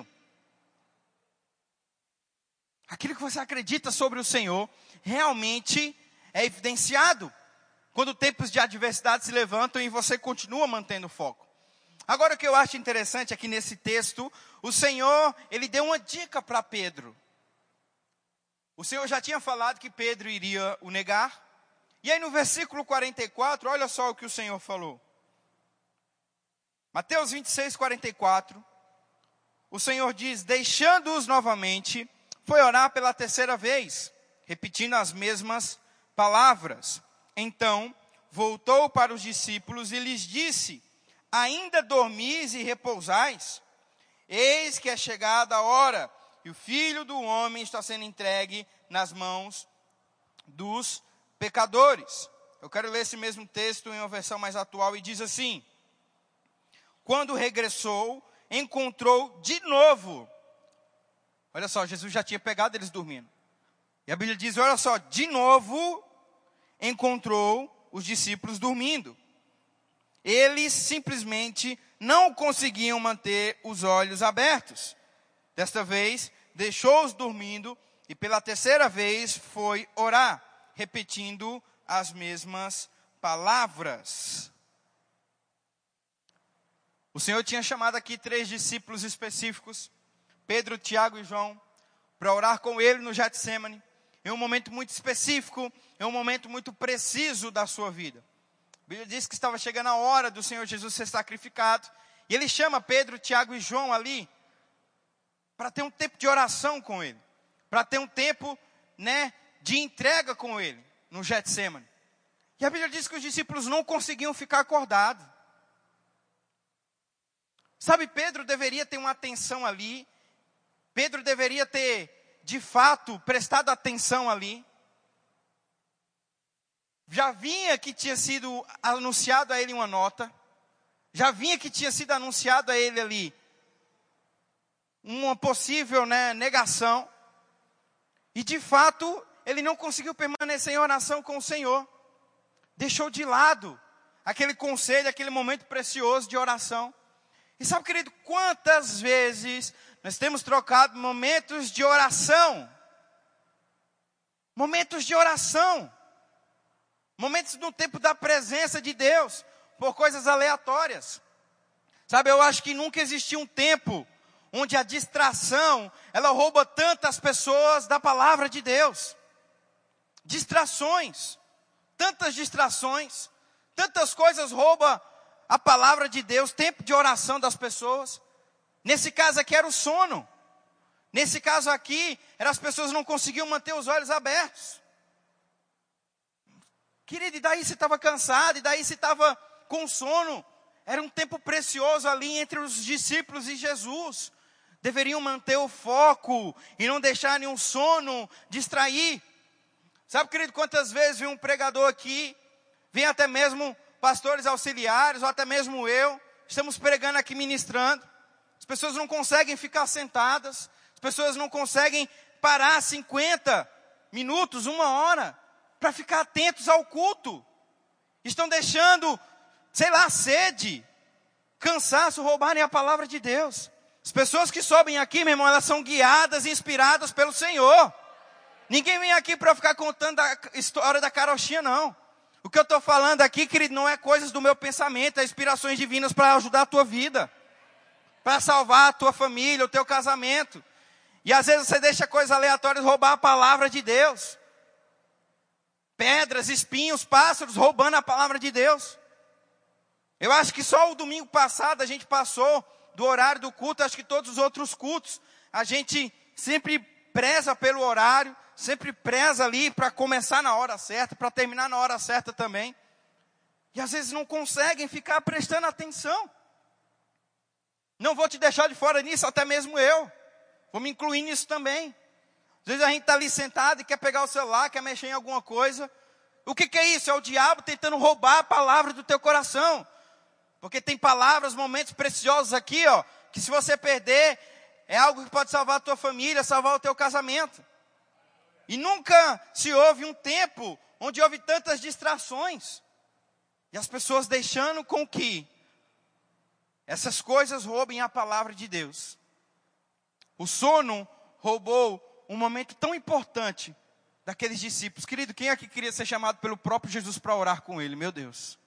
Aquilo que você acredita sobre o Senhor, realmente é evidenciado. Quando tempos de adversidade se levantam e você continua mantendo o foco. Agora o que eu acho interessante aqui nesse texto, o Senhor, ele deu uma dica para Pedro. O Senhor já tinha falado que Pedro iria o negar. E aí no versículo 44, olha só o que o Senhor falou. Mateus 26, 44. O Senhor diz, deixando-os novamente, foi orar pela terceira vez, repetindo as mesmas palavras. Então, voltou para os discípulos e lhes disse, ainda dormis e repousais? Eis que é chegada a hora, e o Filho do Homem está sendo entregue nas mãos dos pecadores. Eu quero ler esse mesmo texto em uma versão mais atual e diz assim, quando regressou, encontrou de novo. Olha só, Jesus já tinha pegado eles dormindo. E a Bíblia diz, olha só, de novo encontrou os discípulos dormindo. Eles simplesmente não conseguiam manter os olhos abertos. Desta vez, deixou-os dormindo e pela terceira vez foi orar, repetindo as mesmas palavras. O Senhor tinha chamado aqui 3 discípulos específicos, Pedro, Tiago e João, para orar com ele no Getsemane, em um momento muito específico, em um momento muito preciso da sua vida. A Bíblia diz que estava chegando a hora do Senhor Jesus ser sacrificado, e ele chama Pedro, Tiago e João ali, para ter um tempo de oração com ele, para ter um tempo, de entrega com ele, no Getsemane. E a Bíblia diz que os discípulos não conseguiam ficar acordados. Sabe, Pedro deveria ter uma atenção ali. Pedro deveria ter, de fato, prestado atenção ali. Já vinha que tinha sido anunciado a ele uma nota. Já vinha que tinha sido anunciado a ele ali uma possível negação. E de fato, ele não conseguiu permanecer em oração com o Senhor. Deixou de lado aquele conselho, aquele momento precioso de oração. E sabe, querido, quantas vezes nós temos trocado momentos de oração? Momentos de oração. Momentos no tempo da presença de Deus, por coisas aleatórias. Sabe, eu acho que nunca existiu um tempo onde a distração, ela rouba tantas pessoas da palavra de Deus. Distrações, tantas coisas roubam a palavra de Deus, tempo de oração das pessoas. Nesse caso aqui era o sono. Nesse caso aqui, as pessoas não conseguiam manter os olhos abertos. Querido, e daí você estava cansado, e daí você estava com sono. Era um tempo precioso ali entre os discípulos e Jesus. Deveriam manter o foco e não deixar nenhum sono distrair. Sabe, querido, quantas vezes vem um pregador aqui, vem até mesmo pastores auxiliares, ou até mesmo eu, estamos pregando aqui, ministrando. As pessoas não conseguem ficar sentadas, as pessoas não conseguem parar 50 minutos, 1 hora, para ficar atentos ao culto. Estão deixando, sede, cansaço, roubarem a palavra de Deus. As pessoas que sobem aqui, meu irmão, elas são guiadas e inspiradas pelo Senhor. Ninguém vem aqui para ficar contando a história da carochinha, não. O que eu estou falando aqui, querido, não é coisas do meu pensamento, é inspirações divinas para ajudar a tua vida, para salvar a tua família, o teu casamento. E às vezes você deixa coisas aleatórias roubar a palavra de Deus. Pedras, espinhos, pássaros roubando a palavra de Deus. Eu acho que só o domingo passado a gente passou do horário do culto, acho que todos os outros cultos, a gente sempre preza pelo horário, sempre preza ali para começar na hora certa, para terminar na hora certa também. E às vezes não conseguem ficar prestando atenção. Não vou te deixar de fora nisso, até mesmo eu. Vou me incluir nisso também. Às vezes a gente está ali sentado e quer pegar o celular, quer mexer em alguma coisa. O que é isso? É o diabo tentando roubar a palavra do teu coração. Porque tem palavras, momentos preciosos aqui, que se você perder, é algo que pode salvar a tua família, salvar o teu casamento. E nunca se houve um tempo onde houve tantas distrações. E as pessoas deixando com que essas coisas roubem a palavra de Deus. O sono roubou um momento tão importante daqueles discípulos. Querido, quem aqui queria ser chamado pelo próprio Jesus para orar com ele? Meu Deus.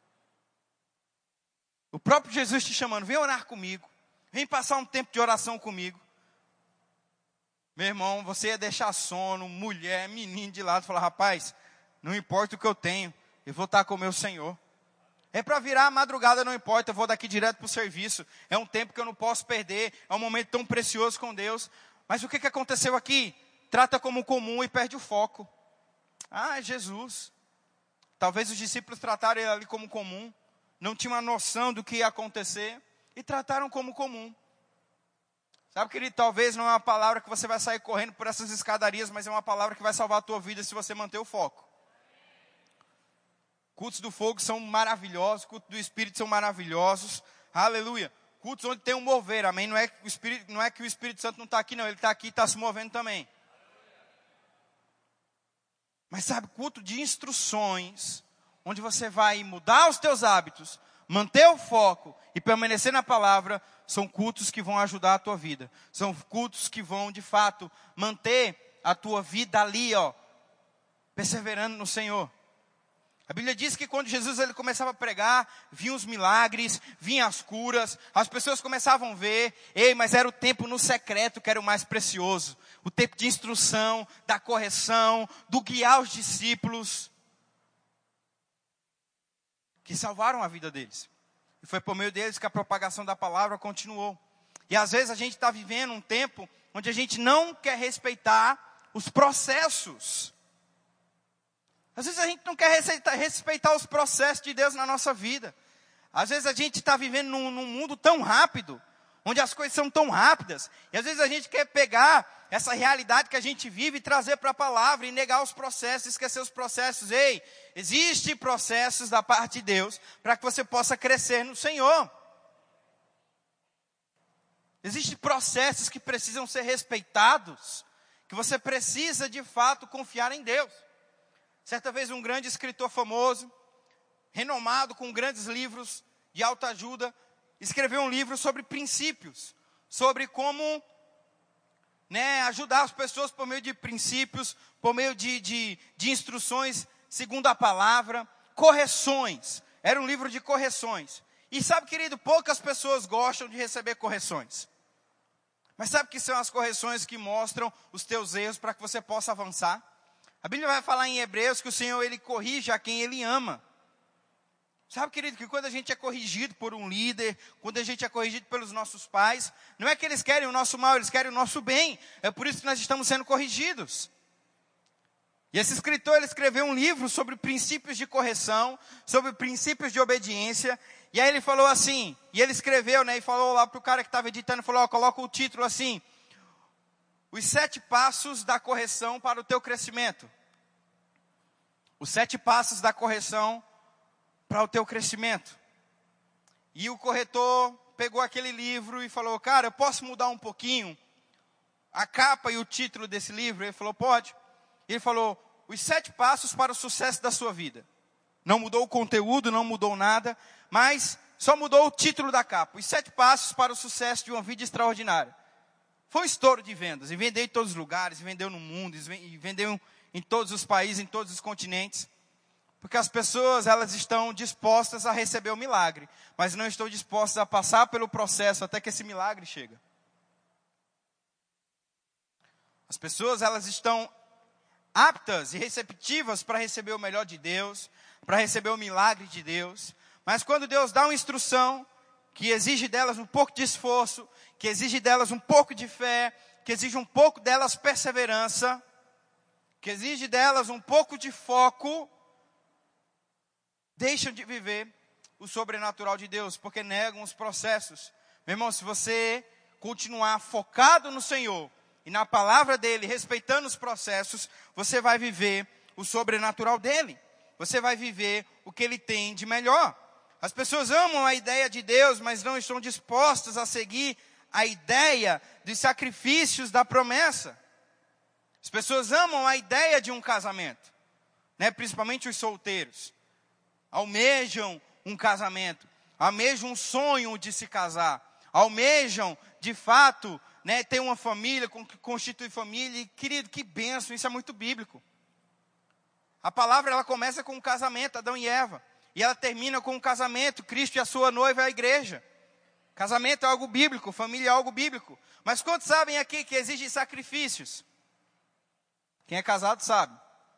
O próprio Jesus te chamando, vem orar comigo. Vem passar um tempo de oração comigo. Meu irmão, você ia deixar sono, mulher, menino de lado, falar, rapaz, não importa o que eu tenho, eu vou estar com o meu Senhor. É para virar a madrugada, não importa, eu vou daqui direto para o serviço. É um tempo que eu não posso perder, é um momento tão precioso com Deus. Mas o que aconteceu aqui? Trata como comum e perde o foco. Ah, é Jesus. Talvez os discípulos trataram ele ali como comum, não tinham a noção do que ia acontecer e trataram como comum. Sabe, querido, talvez não é uma palavra que você vai sair correndo por essas escadarias, mas é uma palavra que vai salvar a tua vida se você manter o foco. Cultos do fogo são maravilhosos, cultos do Espírito são maravilhosos, aleluia. Cultos onde tem um mover, amém? Não é que o Espírito Santo não está aqui, não, ele está aqui e está se movendo também. Mas sabe, culto de instruções, onde você vai mudar os teus hábitos, manter o foco e permanecer na palavra, são cultos que vão ajudar a tua vida. São cultos que vão, de fato, manter a tua vida ali, perseverando no Senhor. A Bíblia diz que quando Jesus ele começava a pregar, vinham os milagres, vinham as curas, as pessoas começavam a ver, mas era o tempo no secreto que era o mais precioso. O tempo de instrução, da correção, do guiar os discípulos, que salvaram a vida deles. E foi por meio deles que a propagação da palavra continuou. E às vezes a gente está vivendo um tempo onde a gente não quer respeitar os processos. Às vezes a gente não quer respeitar os processos de Deus na nossa vida. Às vezes a gente está vivendo num mundo tão rápido, onde as coisas são tão rápidas. E às vezes a gente quer pegar essa realidade que a gente vive e trazer para a palavra e negar os processos, esquecer os processos. Existem processos da parte de Deus para que você possa crescer no Senhor. Existem processos que precisam ser respeitados, que você precisa de fato confiar em Deus. Certa vez um grande escritor famoso, renomado com grandes livros de autoajuda, escreveu um livro sobre princípios, sobre como ajudar as pessoas por meio de princípios, por meio de instruções segundo a palavra, correções. Era um livro de correções. E sabe, querido, poucas pessoas gostam de receber correções. Mas sabe que são as correções que mostram os teus erros para que você possa avançar? A Bíblia vai falar em Hebreus que o Senhor, Ele corrige a quem Ele ama. Sabe, querido, que quando a gente é corrigido por um líder, quando a gente é corrigido pelos nossos pais, não é que eles querem o nosso mal, eles querem o nosso bem. É por isso que nós estamos sendo corrigidos. E esse escritor, ele escreveu um livro sobre princípios de correção, sobre princípios de obediência. E aí ele falou assim, e ele escreveu, né, e falou lá para o cara que estava editando, falou, coloca o título assim, os 7 passos da correção para o teu crescimento. Os 7 passos da correção para o teu crescimento. E o corretor pegou aquele livro e falou, cara, eu posso mudar um pouquinho a capa e o título desse livro? Ele falou, pode. Ele falou, os 7 passos para o sucesso da sua vida. Não mudou o conteúdo, não mudou nada, mas só mudou o título da capa. Os 7 passos para o sucesso de uma vida extraordinária. Foi um estouro de vendas, e vendeu em todos os lugares, e vendeu no mundo, e vendeu em todos os países, em todos os continentes. Porque as pessoas, elas estão dispostas a receber o milagre, mas não estão dispostas a passar pelo processo até que esse milagre chega. As pessoas, elas estão aptas e receptivas para receber o melhor de Deus, para receber o milagre de Deus. Mas quando Deus dá uma instrução que exige delas um pouco de esforço, que exige delas um pouco de fé, que exige um pouco delas perseverança, que exige delas um pouco de foco, deixam de viver o sobrenatural de Deus, porque negam os processos. Meu irmão, se você continuar focado no Senhor e na palavra dEle, respeitando os processos, você vai viver o sobrenatural dEle. Você vai viver o que Ele tem de melhor. As pessoas amam a ideia de Deus, mas não estão dispostas a seguir a ideia dos sacrifícios da promessa. As pessoas amam a ideia de um casamento, né? Principalmente os solteiros. Almejam um casamento, almejam um sonho de se casar, almejam, de fato, né, ter uma família, constituir família. E, querido, que bênção, isso é muito bíblico. A palavra, ela começa com um casamento, Adão e Eva, e ela termina com um casamento, Cristo e a sua noiva, a igreja. Casamento é algo bíblico, família é algo bíblico. Mas quantos sabem aqui que exige sacrifícios? Quem é casado sabe.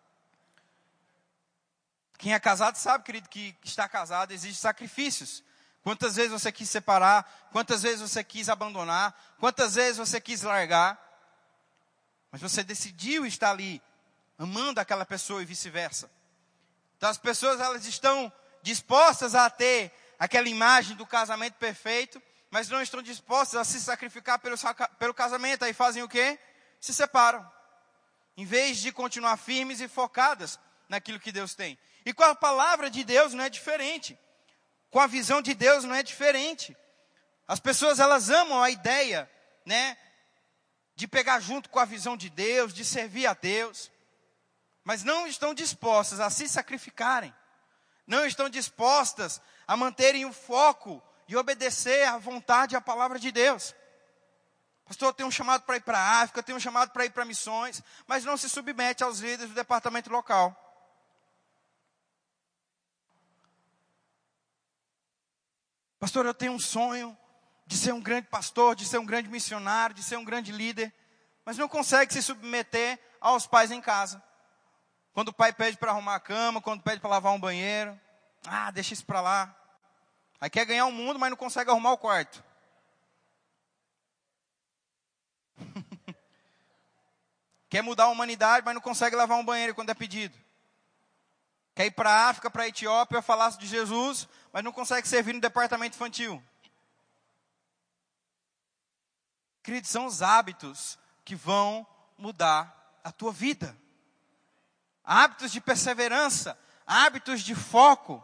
Quem é casado sabe, querido, que estar casado exige sacrifícios. Quantas vezes você quis separar, quantas vezes você quis abandonar, quantas vezes você quis largar, mas você decidiu estar ali, amando aquela pessoa e vice-versa. Então as pessoas, elas estão dispostas a ter aquela imagem do casamento perfeito, mas não estão dispostas a se sacrificar pelo casamento. Aí fazem o quê? Se separam. Em vez de continuar firmes e focadas naquilo que Deus tem. E com a palavra de Deus não é diferente. Com a visão de Deus não é diferente. As pessoas, elas amam a ideia, né, de pegar junto com a visão de Deus, de servir a Deus, mas não estão dispostas a se sacrificarem. Não estão dispostas a manterem o foco e obedecer à vontade e à palavra de Deus. Pastor, eu tenho um chamado para ir para a África, eu tenho um chamado para ir para missões, mas não se submete aos líderes do departamento local. Pastor, eu tenho um sonho de ser um grande pastor, de ser um grande missionário, de ser um grande líder, mas não consegue se submeter aos pais em casa. Quando o pai pede para arrumar a cama, quando pede para lavar um banheiro, deixa isso para lá. Aí quer ganhar o mundo, mas não consegue arrumar o quarto. Quer mudar a humanidade, mas não consegue lavar um banheiro quando é pedido. Quer ir para a África, para a Etiópia, falar de Jesus, mas não consegue servir no departamento infantil. Queridos, são os hábitos que vão mudar a tua vida. Hábitos de perseverança, hábitos de foco.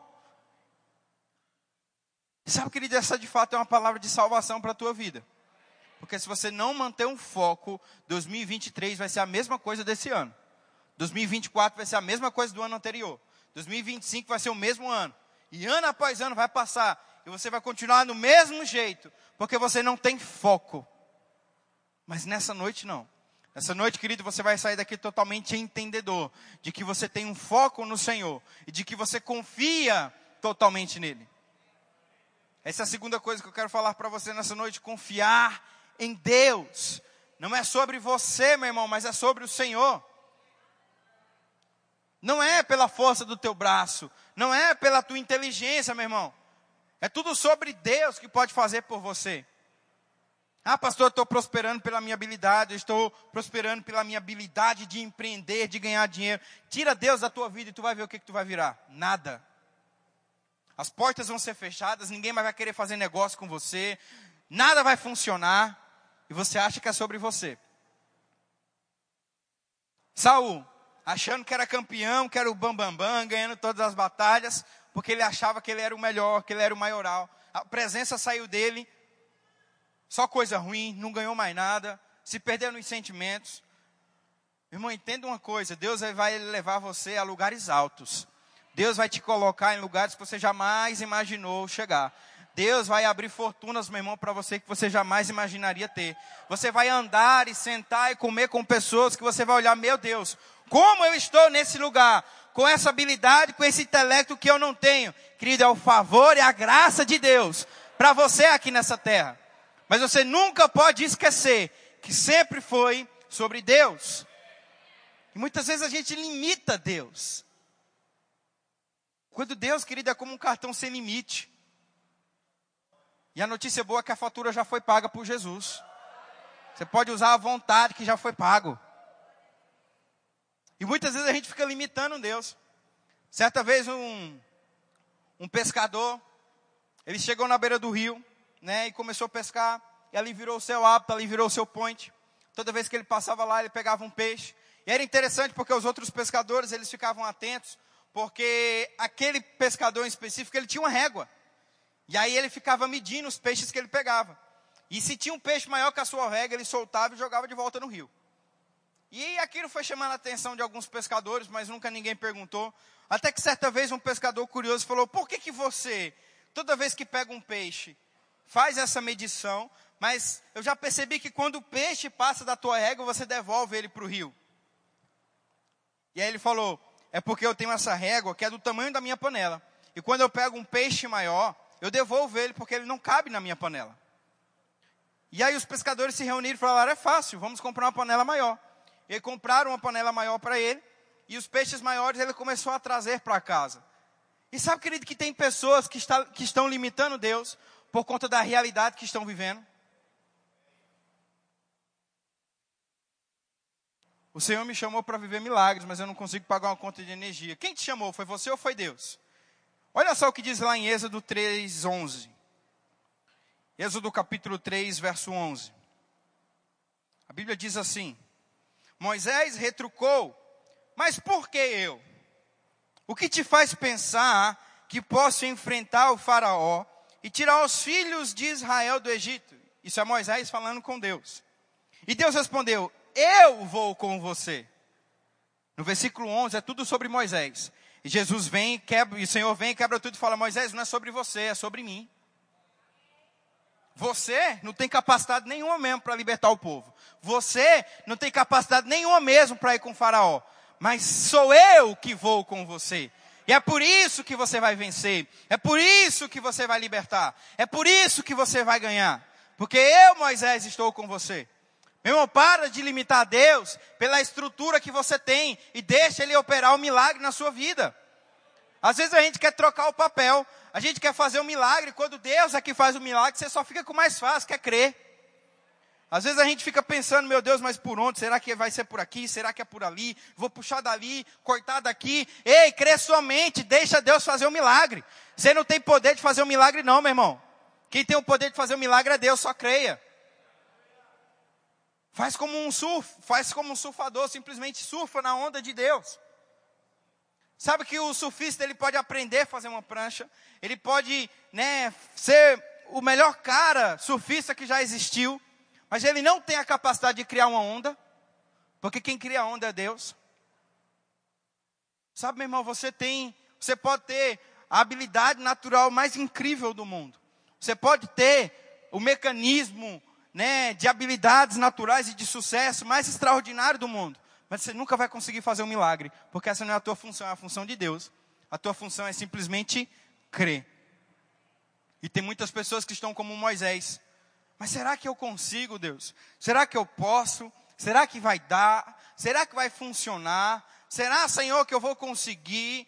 Sabe, querido, essa de fato é uma palavra de salvação para a tua vida. Porque se você não manter um foco, 2023 vai ser a mesma coisa desse ano. 2024 vai ser a mesma coisa do ano anterior. 2025 vai ser o mesmo ano. E ano após ano vai passar. E você vai continuar do mesmo jeito. Porque você não tem foco. Mas nessa noite não. Nessa noite, querido, você vai sair daqui totalmente entendedor. De que você tem um foco no Senhor. E de que você confia totalmente nele. Essa é a segunda coisa que eu quero falar para você nessa noite. Confiar em Deus. Não é sobre você, meu irmão, mas é sobre o Senhor. Não é pela força do teu braço, não é pela tua inteligência, meu irmão. É tudo sobre Deus que pode fazer por você. Ah, pastor, eu estou prosperando pela minha habilidade, eu estou prosperando pela minha habilidade de empreender, de ganhar dinheiro. Tira Deus da tua vida e tu vai ver o que tu vai virar. Nada. As portas vão ser fechadas, ninguém mais vai querer fazer negócio com você, nada vai funcionar, e você acha que é sobre você. Saul, achando que era campeão, que era o bambambam, ganhando todas as batalhas, porque ele achava que ele era o melhor, que ele era o maioral. A presença saiu dele, só coisa ruim, não ganhou mais nada, se perdeu nos sentimentos. Irmão, entenda uma coisa, Deus vai levar você a lugares altos. Deus vai te colocar em lugares que você jamais imaginou chegar. Deus vai abrir fortunas, meu irmão, para você que você jamais imaginaria ter. Você vai andar e sentar e comer com pessoas que você vai olhar, meu Deus, como eu estou nesse lugar, com essa habilidade, com esse intelecto que eu não tenho. Querido, é o favor e a graça de Deus para você aqui nessa terra. Mas você nunca pode esquecer que sempre foi sobre Deus. E muitas vezes a gente limita Deus. Quando Deus, querido, é como um cartão sem limite. E a notícia boa é que a fatura já foi paga por Jesus. Você pode usar à vontade que já foi pago. E muitas vezes a gente fica limitando Deus. Certa vez um pescador, ele chegou na beira do rio, né, e começou a pescar. E ali virou o seu hábito, ali virou o seu point. Toda vez que ele passava lá, ele pegava um peixe. E era interessante porque os outros pescadores, eles ficavam atentos. Porque aquele pescador em específico, ele tinha uma régua. E aí ele ficava medindo os peixes que ele pegava. E se tinha um peixe maior que a sua régua, ele soltava e jogava de volta no rio. E aquilo foi chamando a atenção de alguns pescadores, mas nunca ninguém perguntou. Até que certa vez um pescador curioso falou, por que você, toda vez que pega um peixe, faz essa medição, mas eu já percebi que quando o peixe passa da tua régua, você devolve ele para o rio. E aí ele falou, é porque eu tenho essa régua que é do tamanho da minha panela. E quando eu pego um peixe maior, eu devolvo ele porque ele não cabe na minha panela. E aí os pescadores se reuniram e falaram, é fácil, vamos comprar uma panela maior. E aí compraram uma panela maior para ele, e os peixes maiores ele começou a trazer para casa. E sabe, querido, que tem pessoas que estão limitando Deus por conta da realidade que estão vivendo? O Senhor me chamou para viver milagres, mas eu não consigo pagar uma conta de energia. Quem te chamou? Foi você ou foi Deus? Olha só o que diz lá em Êxodo 3:11. Êxodo capítulo 3, verso 11. A Bíblia diz assim, Moisés retrucou, mas por que eu? O que te faz pensar que posso enfrentar o faraó e tirar os filhos de Israel do Egito? Isso é Moisés falando com Deus. E Deus respondeu, eu vou com você. No versículo 11 é tudo sobre Moisés. E Jesus vem, quebra, e o Senhor vem e quebra tudo e fala, Moisés, não é sobre você, é sobre mim. Você não tem capacidade nenhuma mesmo para libertar o povo. Você não tem capacidade nenhuma mesmo para ir com o faraó. Mas sou eu que vou com você. E é por isso que você vai vencer. É por isso que você vai libertar. É por isso que você vai ganhar. Porque eu, Moisés, estou com você. Meu irmão, para de limitar Deus pela estrutura que você tem e deixa Ele operar o milagre na sua vida. Às vezes a gente quer trocar o papel, a gente quer fazer um milagre, quando Deus é que faz o milagre, você só fica com o mais fácil, quer crer. Às vezes a gente fica pensando, meu Deus, mas por onde? Será que vai ser por aqui? Será que é por ali? Vou puxar dali, cortar daqui. Ei, crê somente, deixa Deus fazer o milagre. Você não tem poder de fazer o milagre não, meu irmão. Quem tem o poder de fazer o milagre é Deus, só creia. Faz como um surfador, simplesmente surfa na onda de Deus. Sabe que o surfista, ele pode aprender a fazer uma prancha, ele pode, ser o melhor cara surfista que já existiu, mas ele não tem a capacidade de criar uma onda, porque quem cria a onda é Deus. Sabe, meu irmão, você pode ter a habilidade natural mais incrível do mundo. Você pode ter o mecanismo, de habilidades naturais e de sucesso mais extraordinário do mundo. Mas você nunca vai conseguir fazer um milagre, porque essa não é a tua função, é a função de Deus. A tua função é simplesmente crer. E tem muitas pessoas que estão como Moisés. Mas será que eu consigo, Deus? Será que eu posso? Será que vai dar? Será que vai funcionar? Será, Senhor, que eu vou conseguir?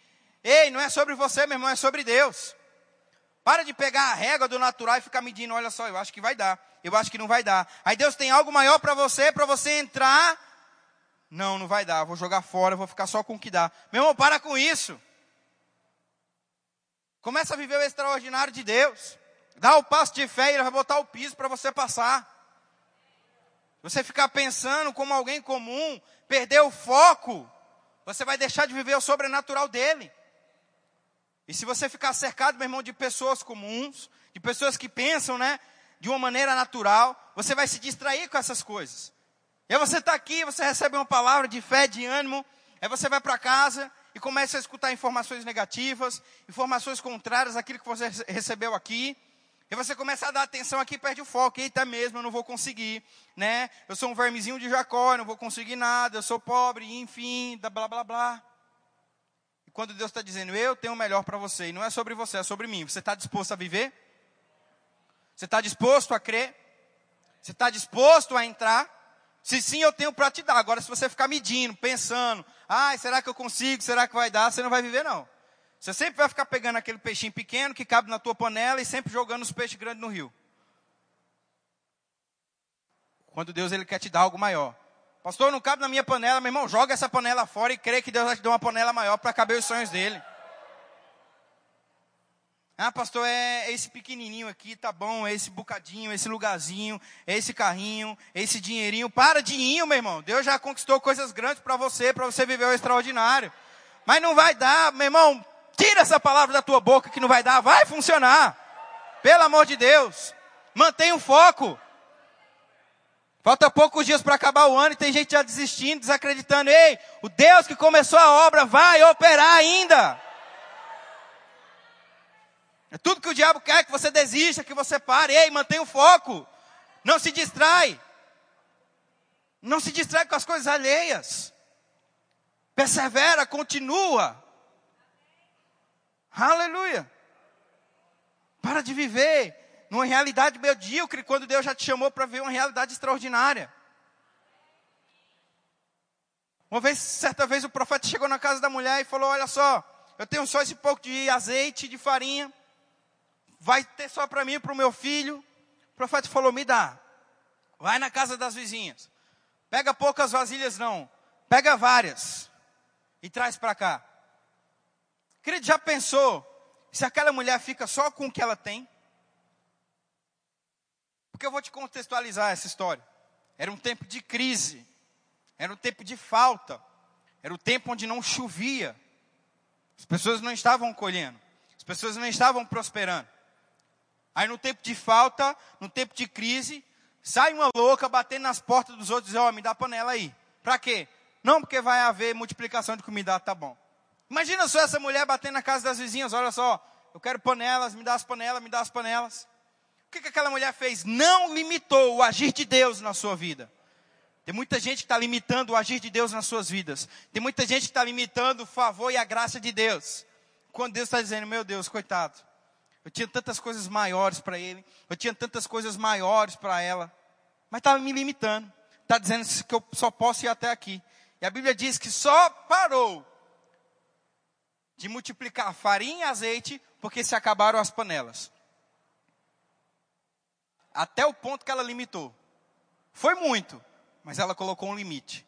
Ei, não é sobre você, meu irmão, é sobre Deus. Para de pegar a régua do natural e ficar medindo, olha só, eu acho que vai dar, eu acho que não vai dar. Aí Deus tem algo maior para você entrar. Não, não vai dar, vou jogar fora, vou ficar só com o que dá. Meu irmão, para com isso. Começa a viver o extraordinário de Deus. Dá o passo de fé e Ele vai botar o piso para você passar. Você ficar pensando como alguém comum, perder o foco, você vai deixar de viver o sobrenatural dele. E se você ficar cercado, meu irmão, de pessoas comuns, de pessoas que pensam, né, de uma maneira natural, você vai se distrair com essas coisas. E aí você está aqui, você recebe uma palavra de fé, de ânimo, aí você vai para casa e começa a escutar informações negativas, informações contrárias àquilo que você recebeu aqui. E você começa a dar atenção aqui e perde o foco. Eita mesmo, eu não vou conseguir, né? Eu sou um vermezinho de Jacó, eu não vou conseguir nada, eu sou pobre, enfim, blá, blá, blá. E quando Deus está dizendo, eu tenho o melhor para você, e não é sobre você, é sobre mim. Você está disposto a viver? Você está disposto a crer? Você está disposto a entrar? Se sim, eu tenho para te dar. Agora, se você ficar medindo, pensando, será que eu consigo, será que vai dar? Você não vai viver, não. Você sempre vai ficar pegando aquele peixinho pequeno que cabe na tua panela e sempre jogando os peixes grandes no rio. Quando Deus ele quer te dar algo maior. Pastor, não cabe na minha panela, meu irmão, joga essa panela fora e crê que Deus vai te dar uma panela maior para caber os sonhos dele. Pastor, é esse pequenininho aqui, tá bom, é esse bocadinho, esse lugarzinho, é esse carrinho, é esse dinheirinho. Para de ir, meu irmão. Deus já conquistou coisas grandes para você viver o extraordinário. Mas não vai dar, meu irmão, tira essa palavra da tua boca que não vai dar, vai funcionar. Pelo amor de Deus, mantenha o foco. Falta poucos dias para acabar o ano e tem gente já desistindo, desacreditando. Ei, o Deus que começou a obra vai operar ainda. É tudo que o diabo quer, que você desista, que você pare. Ei, mantenha o foco. Não se distrai. Não se distrai com as coisas alheias. Persevera, continua. Aleluia. Para de viver numa realidade medíocre quando Deus já te chamou para ver uma realidade extraordinária. Certa vez o profeta chegou na casa da mulher e falou, olha só, eu tenho só esse pouco de azeite, de farinha. Vai ter só para mim e para o meu filho. O profeta falou, me dá. Vai na casa das vizinhas. Pega poucas vasilhas não. Pega várias. E traz para cá. Querido, já pensou se aquela mulher fica só com o que ela tem? Porque eu vou te contextualizar essa história. Era um tempo de crise. Era um tempo de falta. Era um tempo onde não chovia. As pessoas não estavam colhendo. As pessoas não estavam prosperando. Aí no tempo de falta, no tempo de crise, sai uma louca batendo nas portas dos outros e diz, me dá a panela aí. Para quê? Não, porque vai haver multiplicação de comida, tá bom. Imagina só essa mulher batendo na casa das vizinhas, olha só, eu quero panelas, me dá as panelas, me dá as panelas. O que aquela mulher fez? Não limitou o agir de Deus na sua vida. Tem muita gente que está limitando o agir de Deus nas suas vidas. Tem muita gente que está limitando o favor e a graça de Deus. Quando Deus está dizendo, meu Deus, coitado. Eu tinha tantas coisas maiores para ele. Eu tinha tantas coisas maiores para ela. Mas estava me limitando. Está dizendo que eu só posso ir até aqui. E a Bíblia diz que só parou de multiplicar farinha e azeite porque se acabaram as panelas. Até o ponto que ela limitou. Foi muito, mas ela colocou um limite.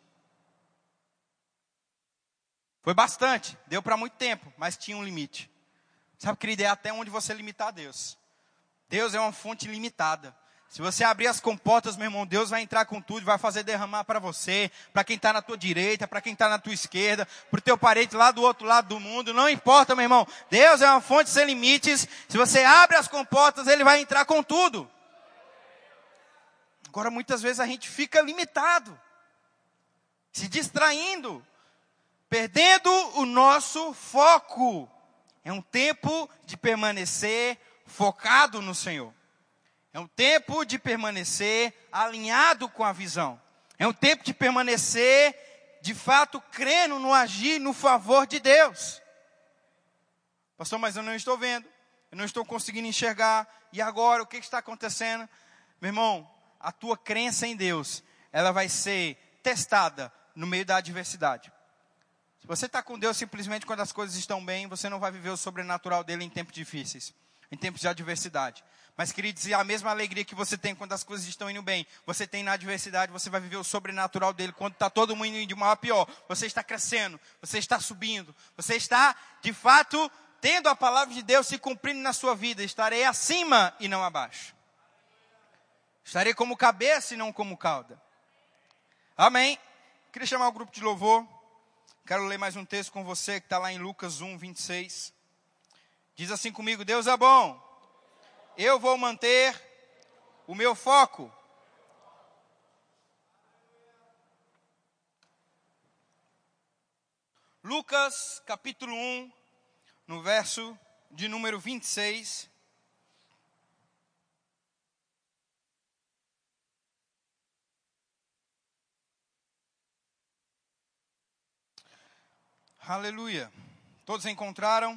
Foi bastante, deu para muito tempo, mas tinha um limite. Sabe, querido, é até onde você limitar Deus. Deus é uma fonte limitada. Se você abrir as comportas, meu irmão, Deus vai entrar com tudo, vai fazer derramar para você, para quem está na tua direita, para quem está na tua esquerda, para o teu parente lá do outro lado do mundo, não importa, meu irmão. Deus é uma fonte sem limites. Se você abre as comportas, Ele vai entrar com tudo. Agora, muitas vezes a gente fica limitado, se distraindo, perdendo o nosso foco. É um tempo de permanecer focado no Senhor. É um tempo de permanecer alinhado com a visão. É um tempo de permanecer, de fato, crendo no agir, no favor de Deus. Pastor, mas eu não estou vendo. Eu não estou conseguindo enxergar. E agora, o que está acontecendo? Meu irmão, a tua crença em Deus, ela vai ser testada no meio da adversidade. Se você está com Deus simplesmente quando as coisas estão bem, você não vai viver o sobrenatural dele em tempos difíceis, em tempos de adversidade. Mas, queridos, a mesma alegria que você tem quando as coisas estão indo bem, você tem na adversidade, você vai viver o sobrenatural dele. Quando está todo mundo indo de mal a pior, você está crescendo, você está subindo, você está, de fato, tendo a palavra de Deus se cumprindo na sua vida. Estarei acima e não abaixo. Estarei como cabeça e não como cauda. Amém. Queria chamar o grupo de louvor. Quero ler mais um texto com você que está lá em Lucas 1, 26. Diz assim comigo: Deus é bom. Eu vou manter o meu foco. Lucas capítulo 1, no verso de número 26. Aleluia. Todos encontraram?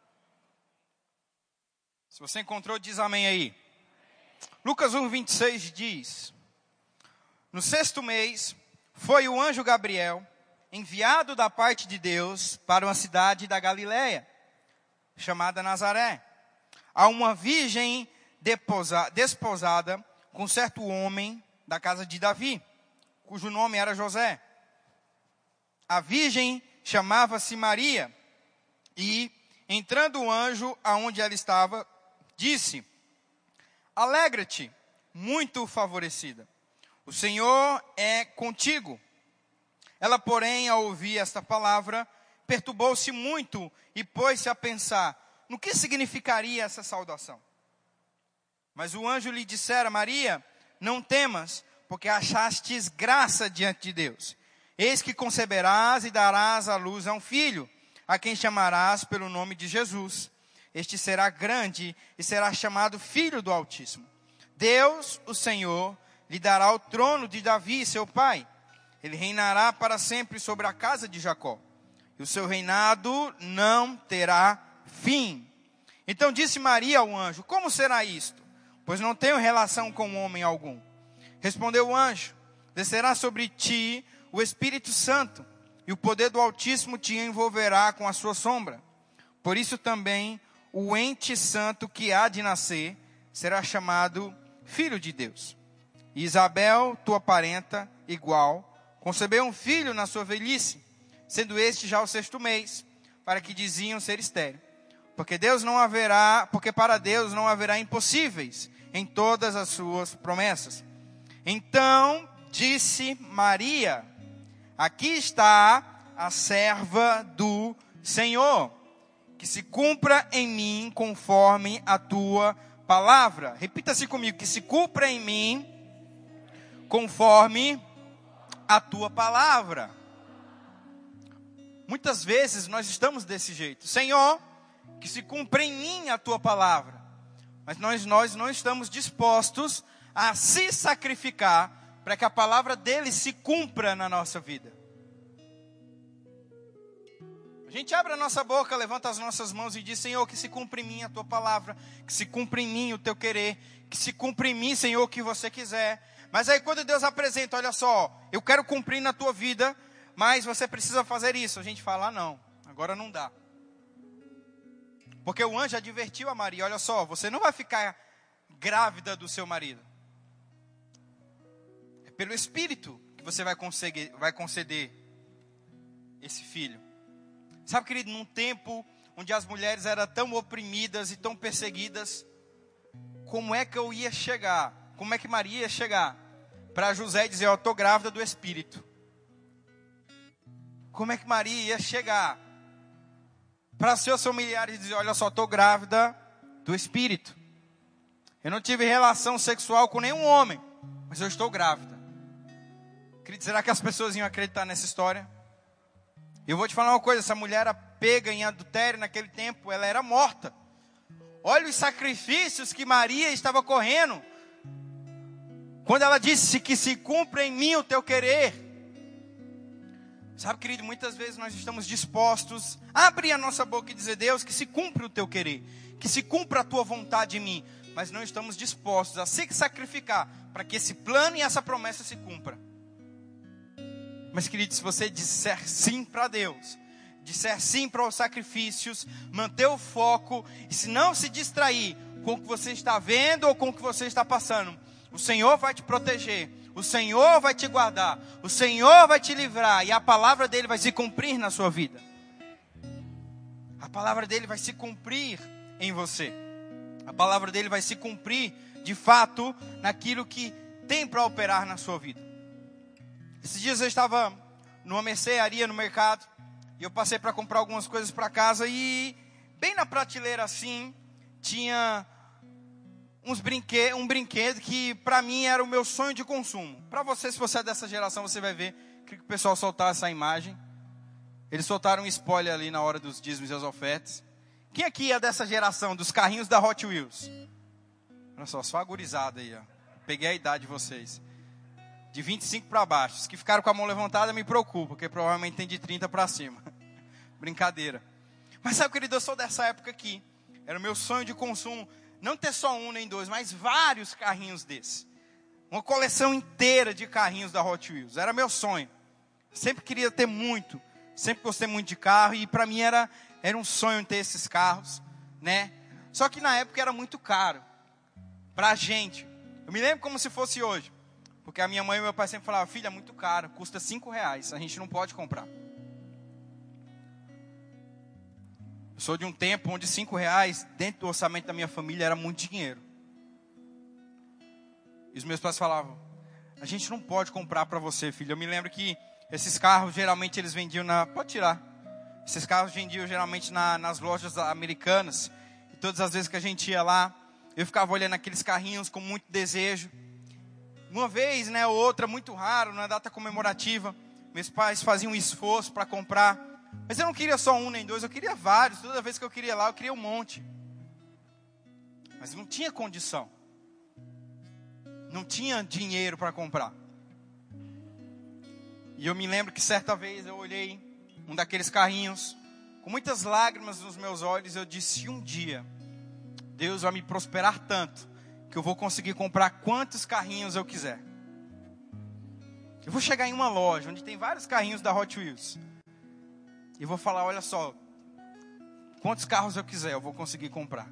Se você encontrou, diz amém aí. Lucas 1, 26 diz: No 6º mês, foi o anjo Gabriel, enviado da parte de Deus para uma cidade da Galileia, chamada Nazaré, a uma virgem desposada com certo homem da casa de Davi, cujo nome era José. A virgem chamava-se Maria, e, entrando o anjo aonde ela estava, disse: Alegra-te, muito favorecida, o Senhor é contigo. Ela, porém, ao ouvir esta palavra, perturbou-se muito e pôs-se a pensar no que significaria essa saudação. Mas o anjo lhe dissera: Maria, não temas, porque achastes graça diante de Deus. Eis que conceberás e darás à luz a um filho, a quem chamarás pelo nome de Jesus. Este será grande e será chamado Filho do Altíssimo. Deus, o Senhor, lhe dará o trono de Davi, seu pai. Ele reinará para sempre sobre a casa de Jacó, e o seu reinado não terá fim. Então disse Maria ao anjo: Como será isto? Pois não tenho relação com homem algum. Respondeu o anjo: Descerá sobre ti o Espírito Santo, e o poder do Altíssimo te envolverá com a sua sombra. Por isso também o ente santo que há de nascer será chamado Filho de Deus. E Isabel, tua parenta, igual, concebeu um filho na sua velhice, sendo este já o 6º mês, para que diziam ser estéril. Porque para Deus não haverá impossíveis em todas as suas promessas. Então disse Maria: Aqui está a serva do Senhor, que se cumpra em mim conforme a tua palavra. Repita-se comigo: que se cumpra em mim conforme a tua palavra. Muitas vezes nós estamos desse jeito: Senhor, que se cumpra em mim a tua palavra. Mas nós não estamos dispostos a se sacrificar para que a palavra dele se cumpra na nossa vida. A gente abre a nossa boca, levanta as nossas mãos e diz: Senhor, que se cumpra em mim a tua palavra, que se cumpra em mim o teu querer, que se cumpra em mim, Senhor, o que você quiser. Mas aí quando Deus apresenta: olha só, eu quero cumprir na tua vida, mas você precisa fazer isso. A gente fala: ah, não, agora não dá. Porque o anjo advertiu a Maria: olha só, você não vai ficar grávida do seu marido. É pelo Espírito que você vai conceder esse filho. Sabe, querido, num tempo onde as mulheres eram tão oprimidas e tão perseguidas, como é que eu ia chegar? Como é que Maria ia chegar para José e dizer: eu estou grávida do Espírito? Como é que Maria ia chegar para seus familiares e dizer: olha só, estou grávida do Espírito? Eu não tive relação sexual com nenhum homem, mas eu estou grávida. Querido, será que as pessoas iam acreditar nessa história? Eu vou te falar uma coisa: essa mulher era pega em adultério naquele tempo, ela era morta. Olha os sacrifícios que Maria estava correndo, quando ela disse: que se cumpra em mim o teu querer. Sabe, querido, muitas vezes nós estamos dispostos a abrir a nossa boca e dizer: Deus, que se cumpra o teu querer, que se cumpra a tua vontade em mim. Mas não estamos dispostos a se sacrificar para que esse plano e essa promessa se cumpra. Mas, querido, se você disser sim para Deus, disser sim para os sacrifícios, manter o foco, e se não se distrair com o que você está vendo ou com o que você está passando, o Senhor vai te proteger, o Senhor vai te guardar, o Senhor vai te livrar, e a palavra dele vai se cumprir na sua vida. A palavra dele vai se cumprir em você. A palavra dele vai se cumprir, de fato, naquilo que tem para operar na sua vida. Esses dias eu estava numa mercearia no mercado, e eu passei para comprar algumas coisas para casa, e bem na prateleira assim, tinha um brinquedo que para mim era o meu sonho de consumo. Para você, se você é dessa geração, você vai ver que o pessoal soltar essa imagem. Eles soltaram um spoiler ali na hora dos dízimos e as ofertas. Quem aqui é dessa geração, dos carrinhos da Hot Wheels? Olha só a gurizada aí, ó. Peguei a idade de vocês. De 25 para baixo. Os que ficaram com a mão levantada me preocupam, porque provavelmente tem de 30 para cima. Brincadeira. Mas sabe, querido, eu sou dessa época aqui. Era o meu sonho de consumo. Não ter só um nem dois, mas vários carrinhos desses. Uma coleção inteira de carrinhos da Hot Wheels. Era meu sonho. Sempre queria ter muito. Sempre gostei muito de carro. E para mim era um sonho ter esses carros, né? Só que na época era muito caro. Pra gente. Eu me lembro como se fosse hoje. Porque a minha mãe e meu pai sempre falavam: filha, é muito caro. Custa R$5. A gente não pode comprar. Eu sou de um tempo onde R$5 dentro do orçamento da minha família era muito dinheiro. E os meus pais falavam: a gente não pode comprar para você, filho. Eu me lembro que esses carros geralmente eles vendiam pode tirar. Esses carros vendiam geralmente nas lojas americanas. E todas as vezes que a gente ia lá, eu ficava olhando aqueles carrinhos com muito desejo. Uma vez, né, ou outra, muito raro, na data comemorativa, meus pais faziam um esforço para comprar. Mas eu não queria só um nem dois, eu queria vários. Toda vez que eu queria lá, eu queria um monte. Mas não tinha condição. Não tinha dinheiro para comprar. E eu me lembro que certa vez eu olhei um daqueles carrinhos, com muitas lágrimas nos meus olhos, eu disse: um dia, Deus vai me prosperar tanto, que eu vou conseguir comprar quantos carrinhos eu quiser. Eu vou chegar em uma loja, onde tem vários carrinhos da Hot Wheels. E vou falar: olha só, quantos carros eu quiser, eu vou conseguir comprar.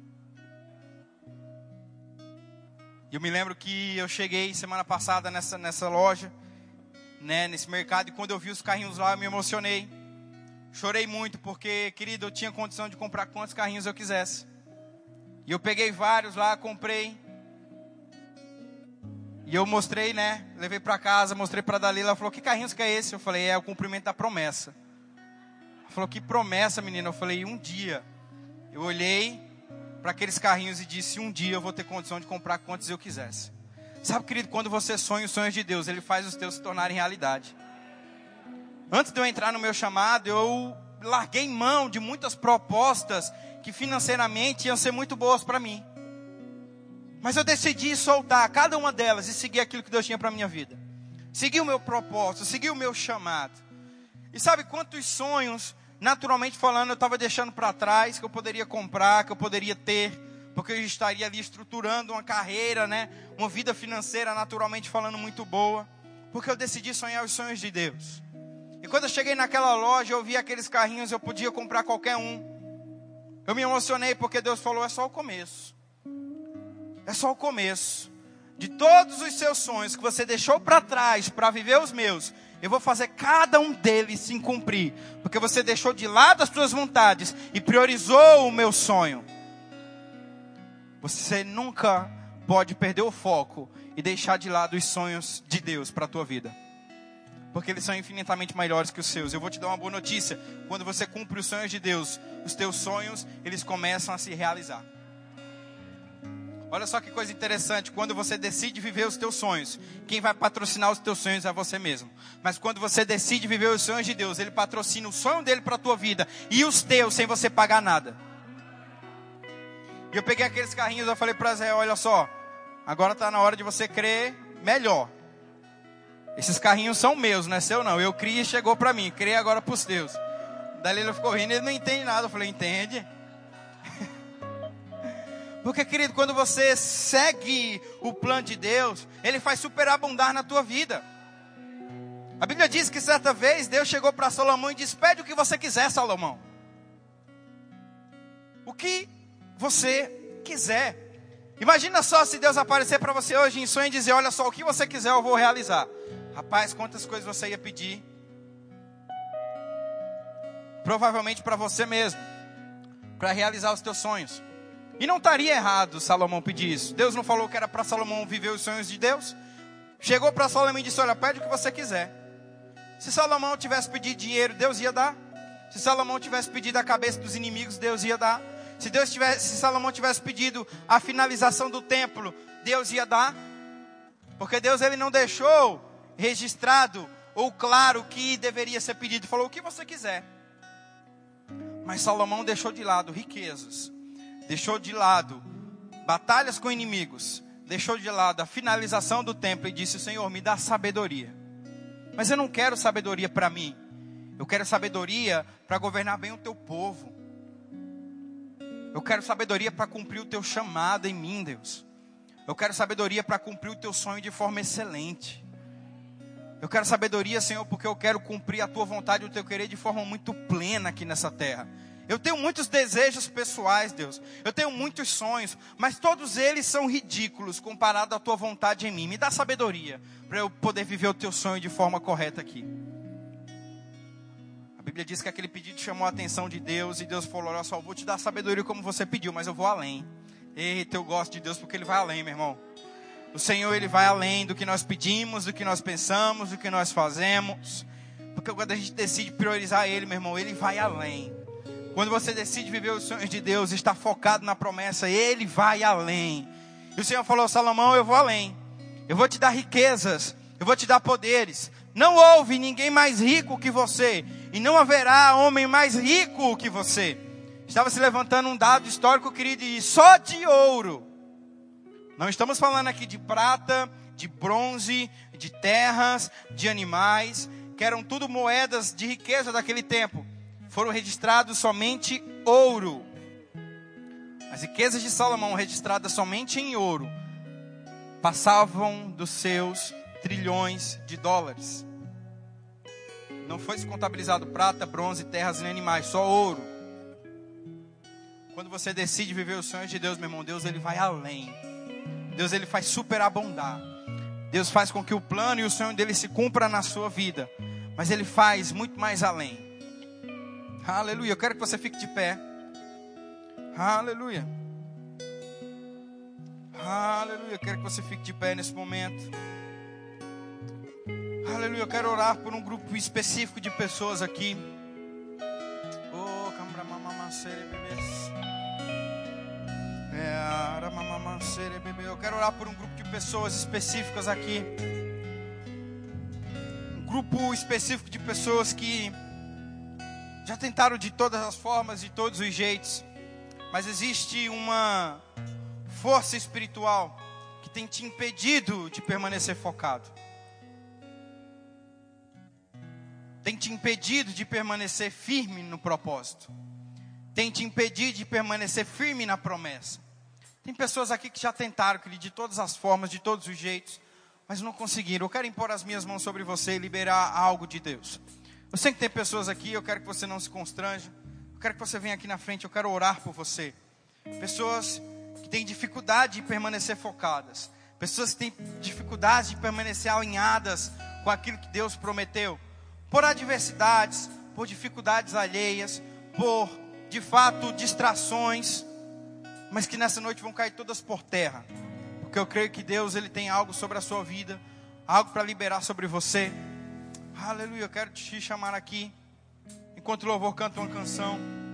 E eu me lembro que eu cheguei semana passada nessa loja, né, nesse mercado, e quando eu vi os carrinhos lá, eu me emocionei. Chorei muito, porque, querido, eu tinha condição de comprar quantos carrinhos eu quisesse. E eu peguei vários lá, comprei. E eu mostrei, né, levei para casa, mostrei para a Dalila. Ela falou: que carrinhos que é esse? Eu falei: é o cumprimento da promessa. Ela falou: que promessa, menina? Eu falei: um dia. Eu olhei para aqueles carrinhos e disse: um dia eu vou ter condição de comprar quantos eu quisesse. Sabe, querido, quando você sonha os sonhos de Deus, Ele faz os teus se tornarem realidade. Antes de eu entrar no meu chamado, eu larguei mão de muitas propostas que financeiramente iam ser muito boas para mim. Mas eu decidi soltar cada uma delas e seguir aquilo que Deus tinha para a minha vida. Seguir o meu propósito, seguir o meu chamado. E sabe quantos sonhos, naturalmente falando, eu estava deixando para trás, que eu poderia comprar, que eu poderia ter, porque eu estaria ali estruturando uma carreira, né? Uma vida financeira, naturalmente falando, muito boa. Porque eu decidi sonhar os sonhos de Deus. E quando eu cheguei naquela loja, eu vi aqueles carrinhos, eu podia comprar qualquer um. Eu me emocionei porque Deus falou: é só o começo. É só o começo. De todos os seus sonhos que você deixou para trás para viver os meus, eu vou fazer cada um deles se cumprir. Porque você deixou de lado as suas vontades e priorizou o meu sonho. Você nunca pode perder o foco e deixar de lado os sonhos de Deus para a tua vida. Porque eles são infinitamente maiores que os seus. Eu vou te dar uma boa notícia. Quando você cumpre os sonhos de Deus, os teus sonhos, eles começam a se realizar. Olha só que coisa interessante. Quando você decide viver os teus sonhos, quem vai patrocinar os teus sonhos é você mesmo. Mas quando você decide viver os sonhos de Deus, Ele patrocina o sonho dele para a tua vida e os teus sem você pagar nada. E eu peguei aqueles carrinhos, eu falei para Zé: olha só, agora está na hora de você crer melhor. Esses carrinhos são meus, não é seu não. Eu criei e chegou para mim, criei agora para os teus. Daí ele ficou rindo, ele não entende nada. Eu falei: entende? Porque, querido, quando você segue o plano de Deus, Ele faz superabundar na tua vida. A Bíblia diz que certa vez Deus chegou para Salomão e disse: pede o que você quiser, Salomão. O que você quiser. Imagina só se Deus aparecer para você hoje em sonho e dizer: olha só, o que você quiser eu vou realizar. Rapaz, quantas coisas você ia pedir? Provavelmente para você mesmo, para realizar os teus sonhos. E não estaria errado Salomão pedir isso. Deus não falou que era para Salomão viver os sonhos de Deus? Chegou para Salomão e disse: olha, pede o que você quiser. Se Salomão tivesse pedido dinheiro, Deus ia dar. Se Salomão tivesse pedido a cabeça dos inimigos, Deus ia dar. Se Salomão tivesse pedido a finalização do templo, Deus ia dar. Porque Deus, ele não deixou registrado ou claro o que deveria ser pedido. Falou o que você quiser. Mas Salomão deixou de lado riquezas, deixou de lado batalhas com inimigos, deixou de lado a finalização do templo e disse: Senhor, me dá sabedoria. Mas eu não quero sabedoria para mim. Eu quero sabedoria para governar bem o teu povo. Eu quero sabedoria para cumprir o teu chamado em mim, Deus. Eu quero sabedoria para cumprir o teu sonho de forma excelente. Eu quero sabedoria, Senhor, porque eu quero cumprir a tua vontade e o teu querer de forma muito plena aqui nessa terra. Eu tenho muitos desejos pessoais, Deus. Eu tenho muitos sonhos, mas todos eles são ridículos comparado à tua vontade em mim. Me dá sabedoria para eu poder viver o teu sonho de forma correta aqui. A Bíblia diz que aquele pedido chamou a atenção de Deus e Deus falou: olha só, eu vou te dar sabedoria como você pediu, mas eu vou além. Eita, eu gosto de Deus porque Ele vai além, meu irmão. O Senhor, Ele vai além do que nós pedimos, do que nós pensamos, do que nós fazemos. Porque quando a gente decide priorizar Ele, meu irmão, Ele vai além. Quando você decide viver os sonhos de Deus, está focado na promessa, Ele vai além. E o Senhor falou: Salomão, eu vou além. Eu vou te dar riquezas, eu vou te dar poderes. Não houve ninguém mais rico que você, e não haverá homem mais rico que você. Estava se levantando um dado histórico, querido, e só de ouro. Não estamos falando aqui de prata, de bronze, de terras, de animais, que eram tudo moedas de riqueza daquele tempo. Foram registrados somente ouro. As riquezas de Salomão, registradas somente em ouro, passavam dos seus trilhões de dólares. Não foi contabilizado prata, bronze, terras e animais, só ouro. Quando você decide viver os sonhos de Deus, meu irmão, Deus, Ele vai além. Deus, Ele faz superabundar. Deus faz com que o plano e o sonho dele se cumpra na sua vida. Mas Ele faz muito mais além. Aleluia. Eu quero que você fique de pé. Aleluia. Aleluia. Eu quero que você fique de pé nesse momento. Aleluia. Eu quero orar por um grupo específico de pessoas aqui. Oh, eu quero orar por um grupo de pessoas específicas aqui. Um grupo específico de pessoas que já tentaram de todas as formas, de todos os jeitos, mas existe uma força espiritual que tem te impedido de permanecer focado. Tem te impedido de permanecer firme no propósito. Tem te impedido de permanecer firme na promessa. Tem pessoas aqui que já tentaram, querido, de todas as formas, de todos os jeitos, mas não conseguiram. Eu quero impor as minhas mãos sobre você e liberar algo de Deus. Eu sei que tem pessoas aqui, eu quero que você não se constranja. Eu quero que você venha aqui na frente, eu quero orar por você. Pessoas que têm dificuldade de permanecer focadas. Pessoas que têm dificuldade de permanecer alinhadas com aquilo que Deus prometeu. Por adversidades, por dificuldades alheias, por, de fato, distrações. Mas que nessa noite vão cair todas por terra. Porque eu creio que Deus, Ele tem algo sobre a sua vida. Algo para liberar sobre você. Aleluia, eu quero te chamar aqui. Enquanto o louvor canta uma canção.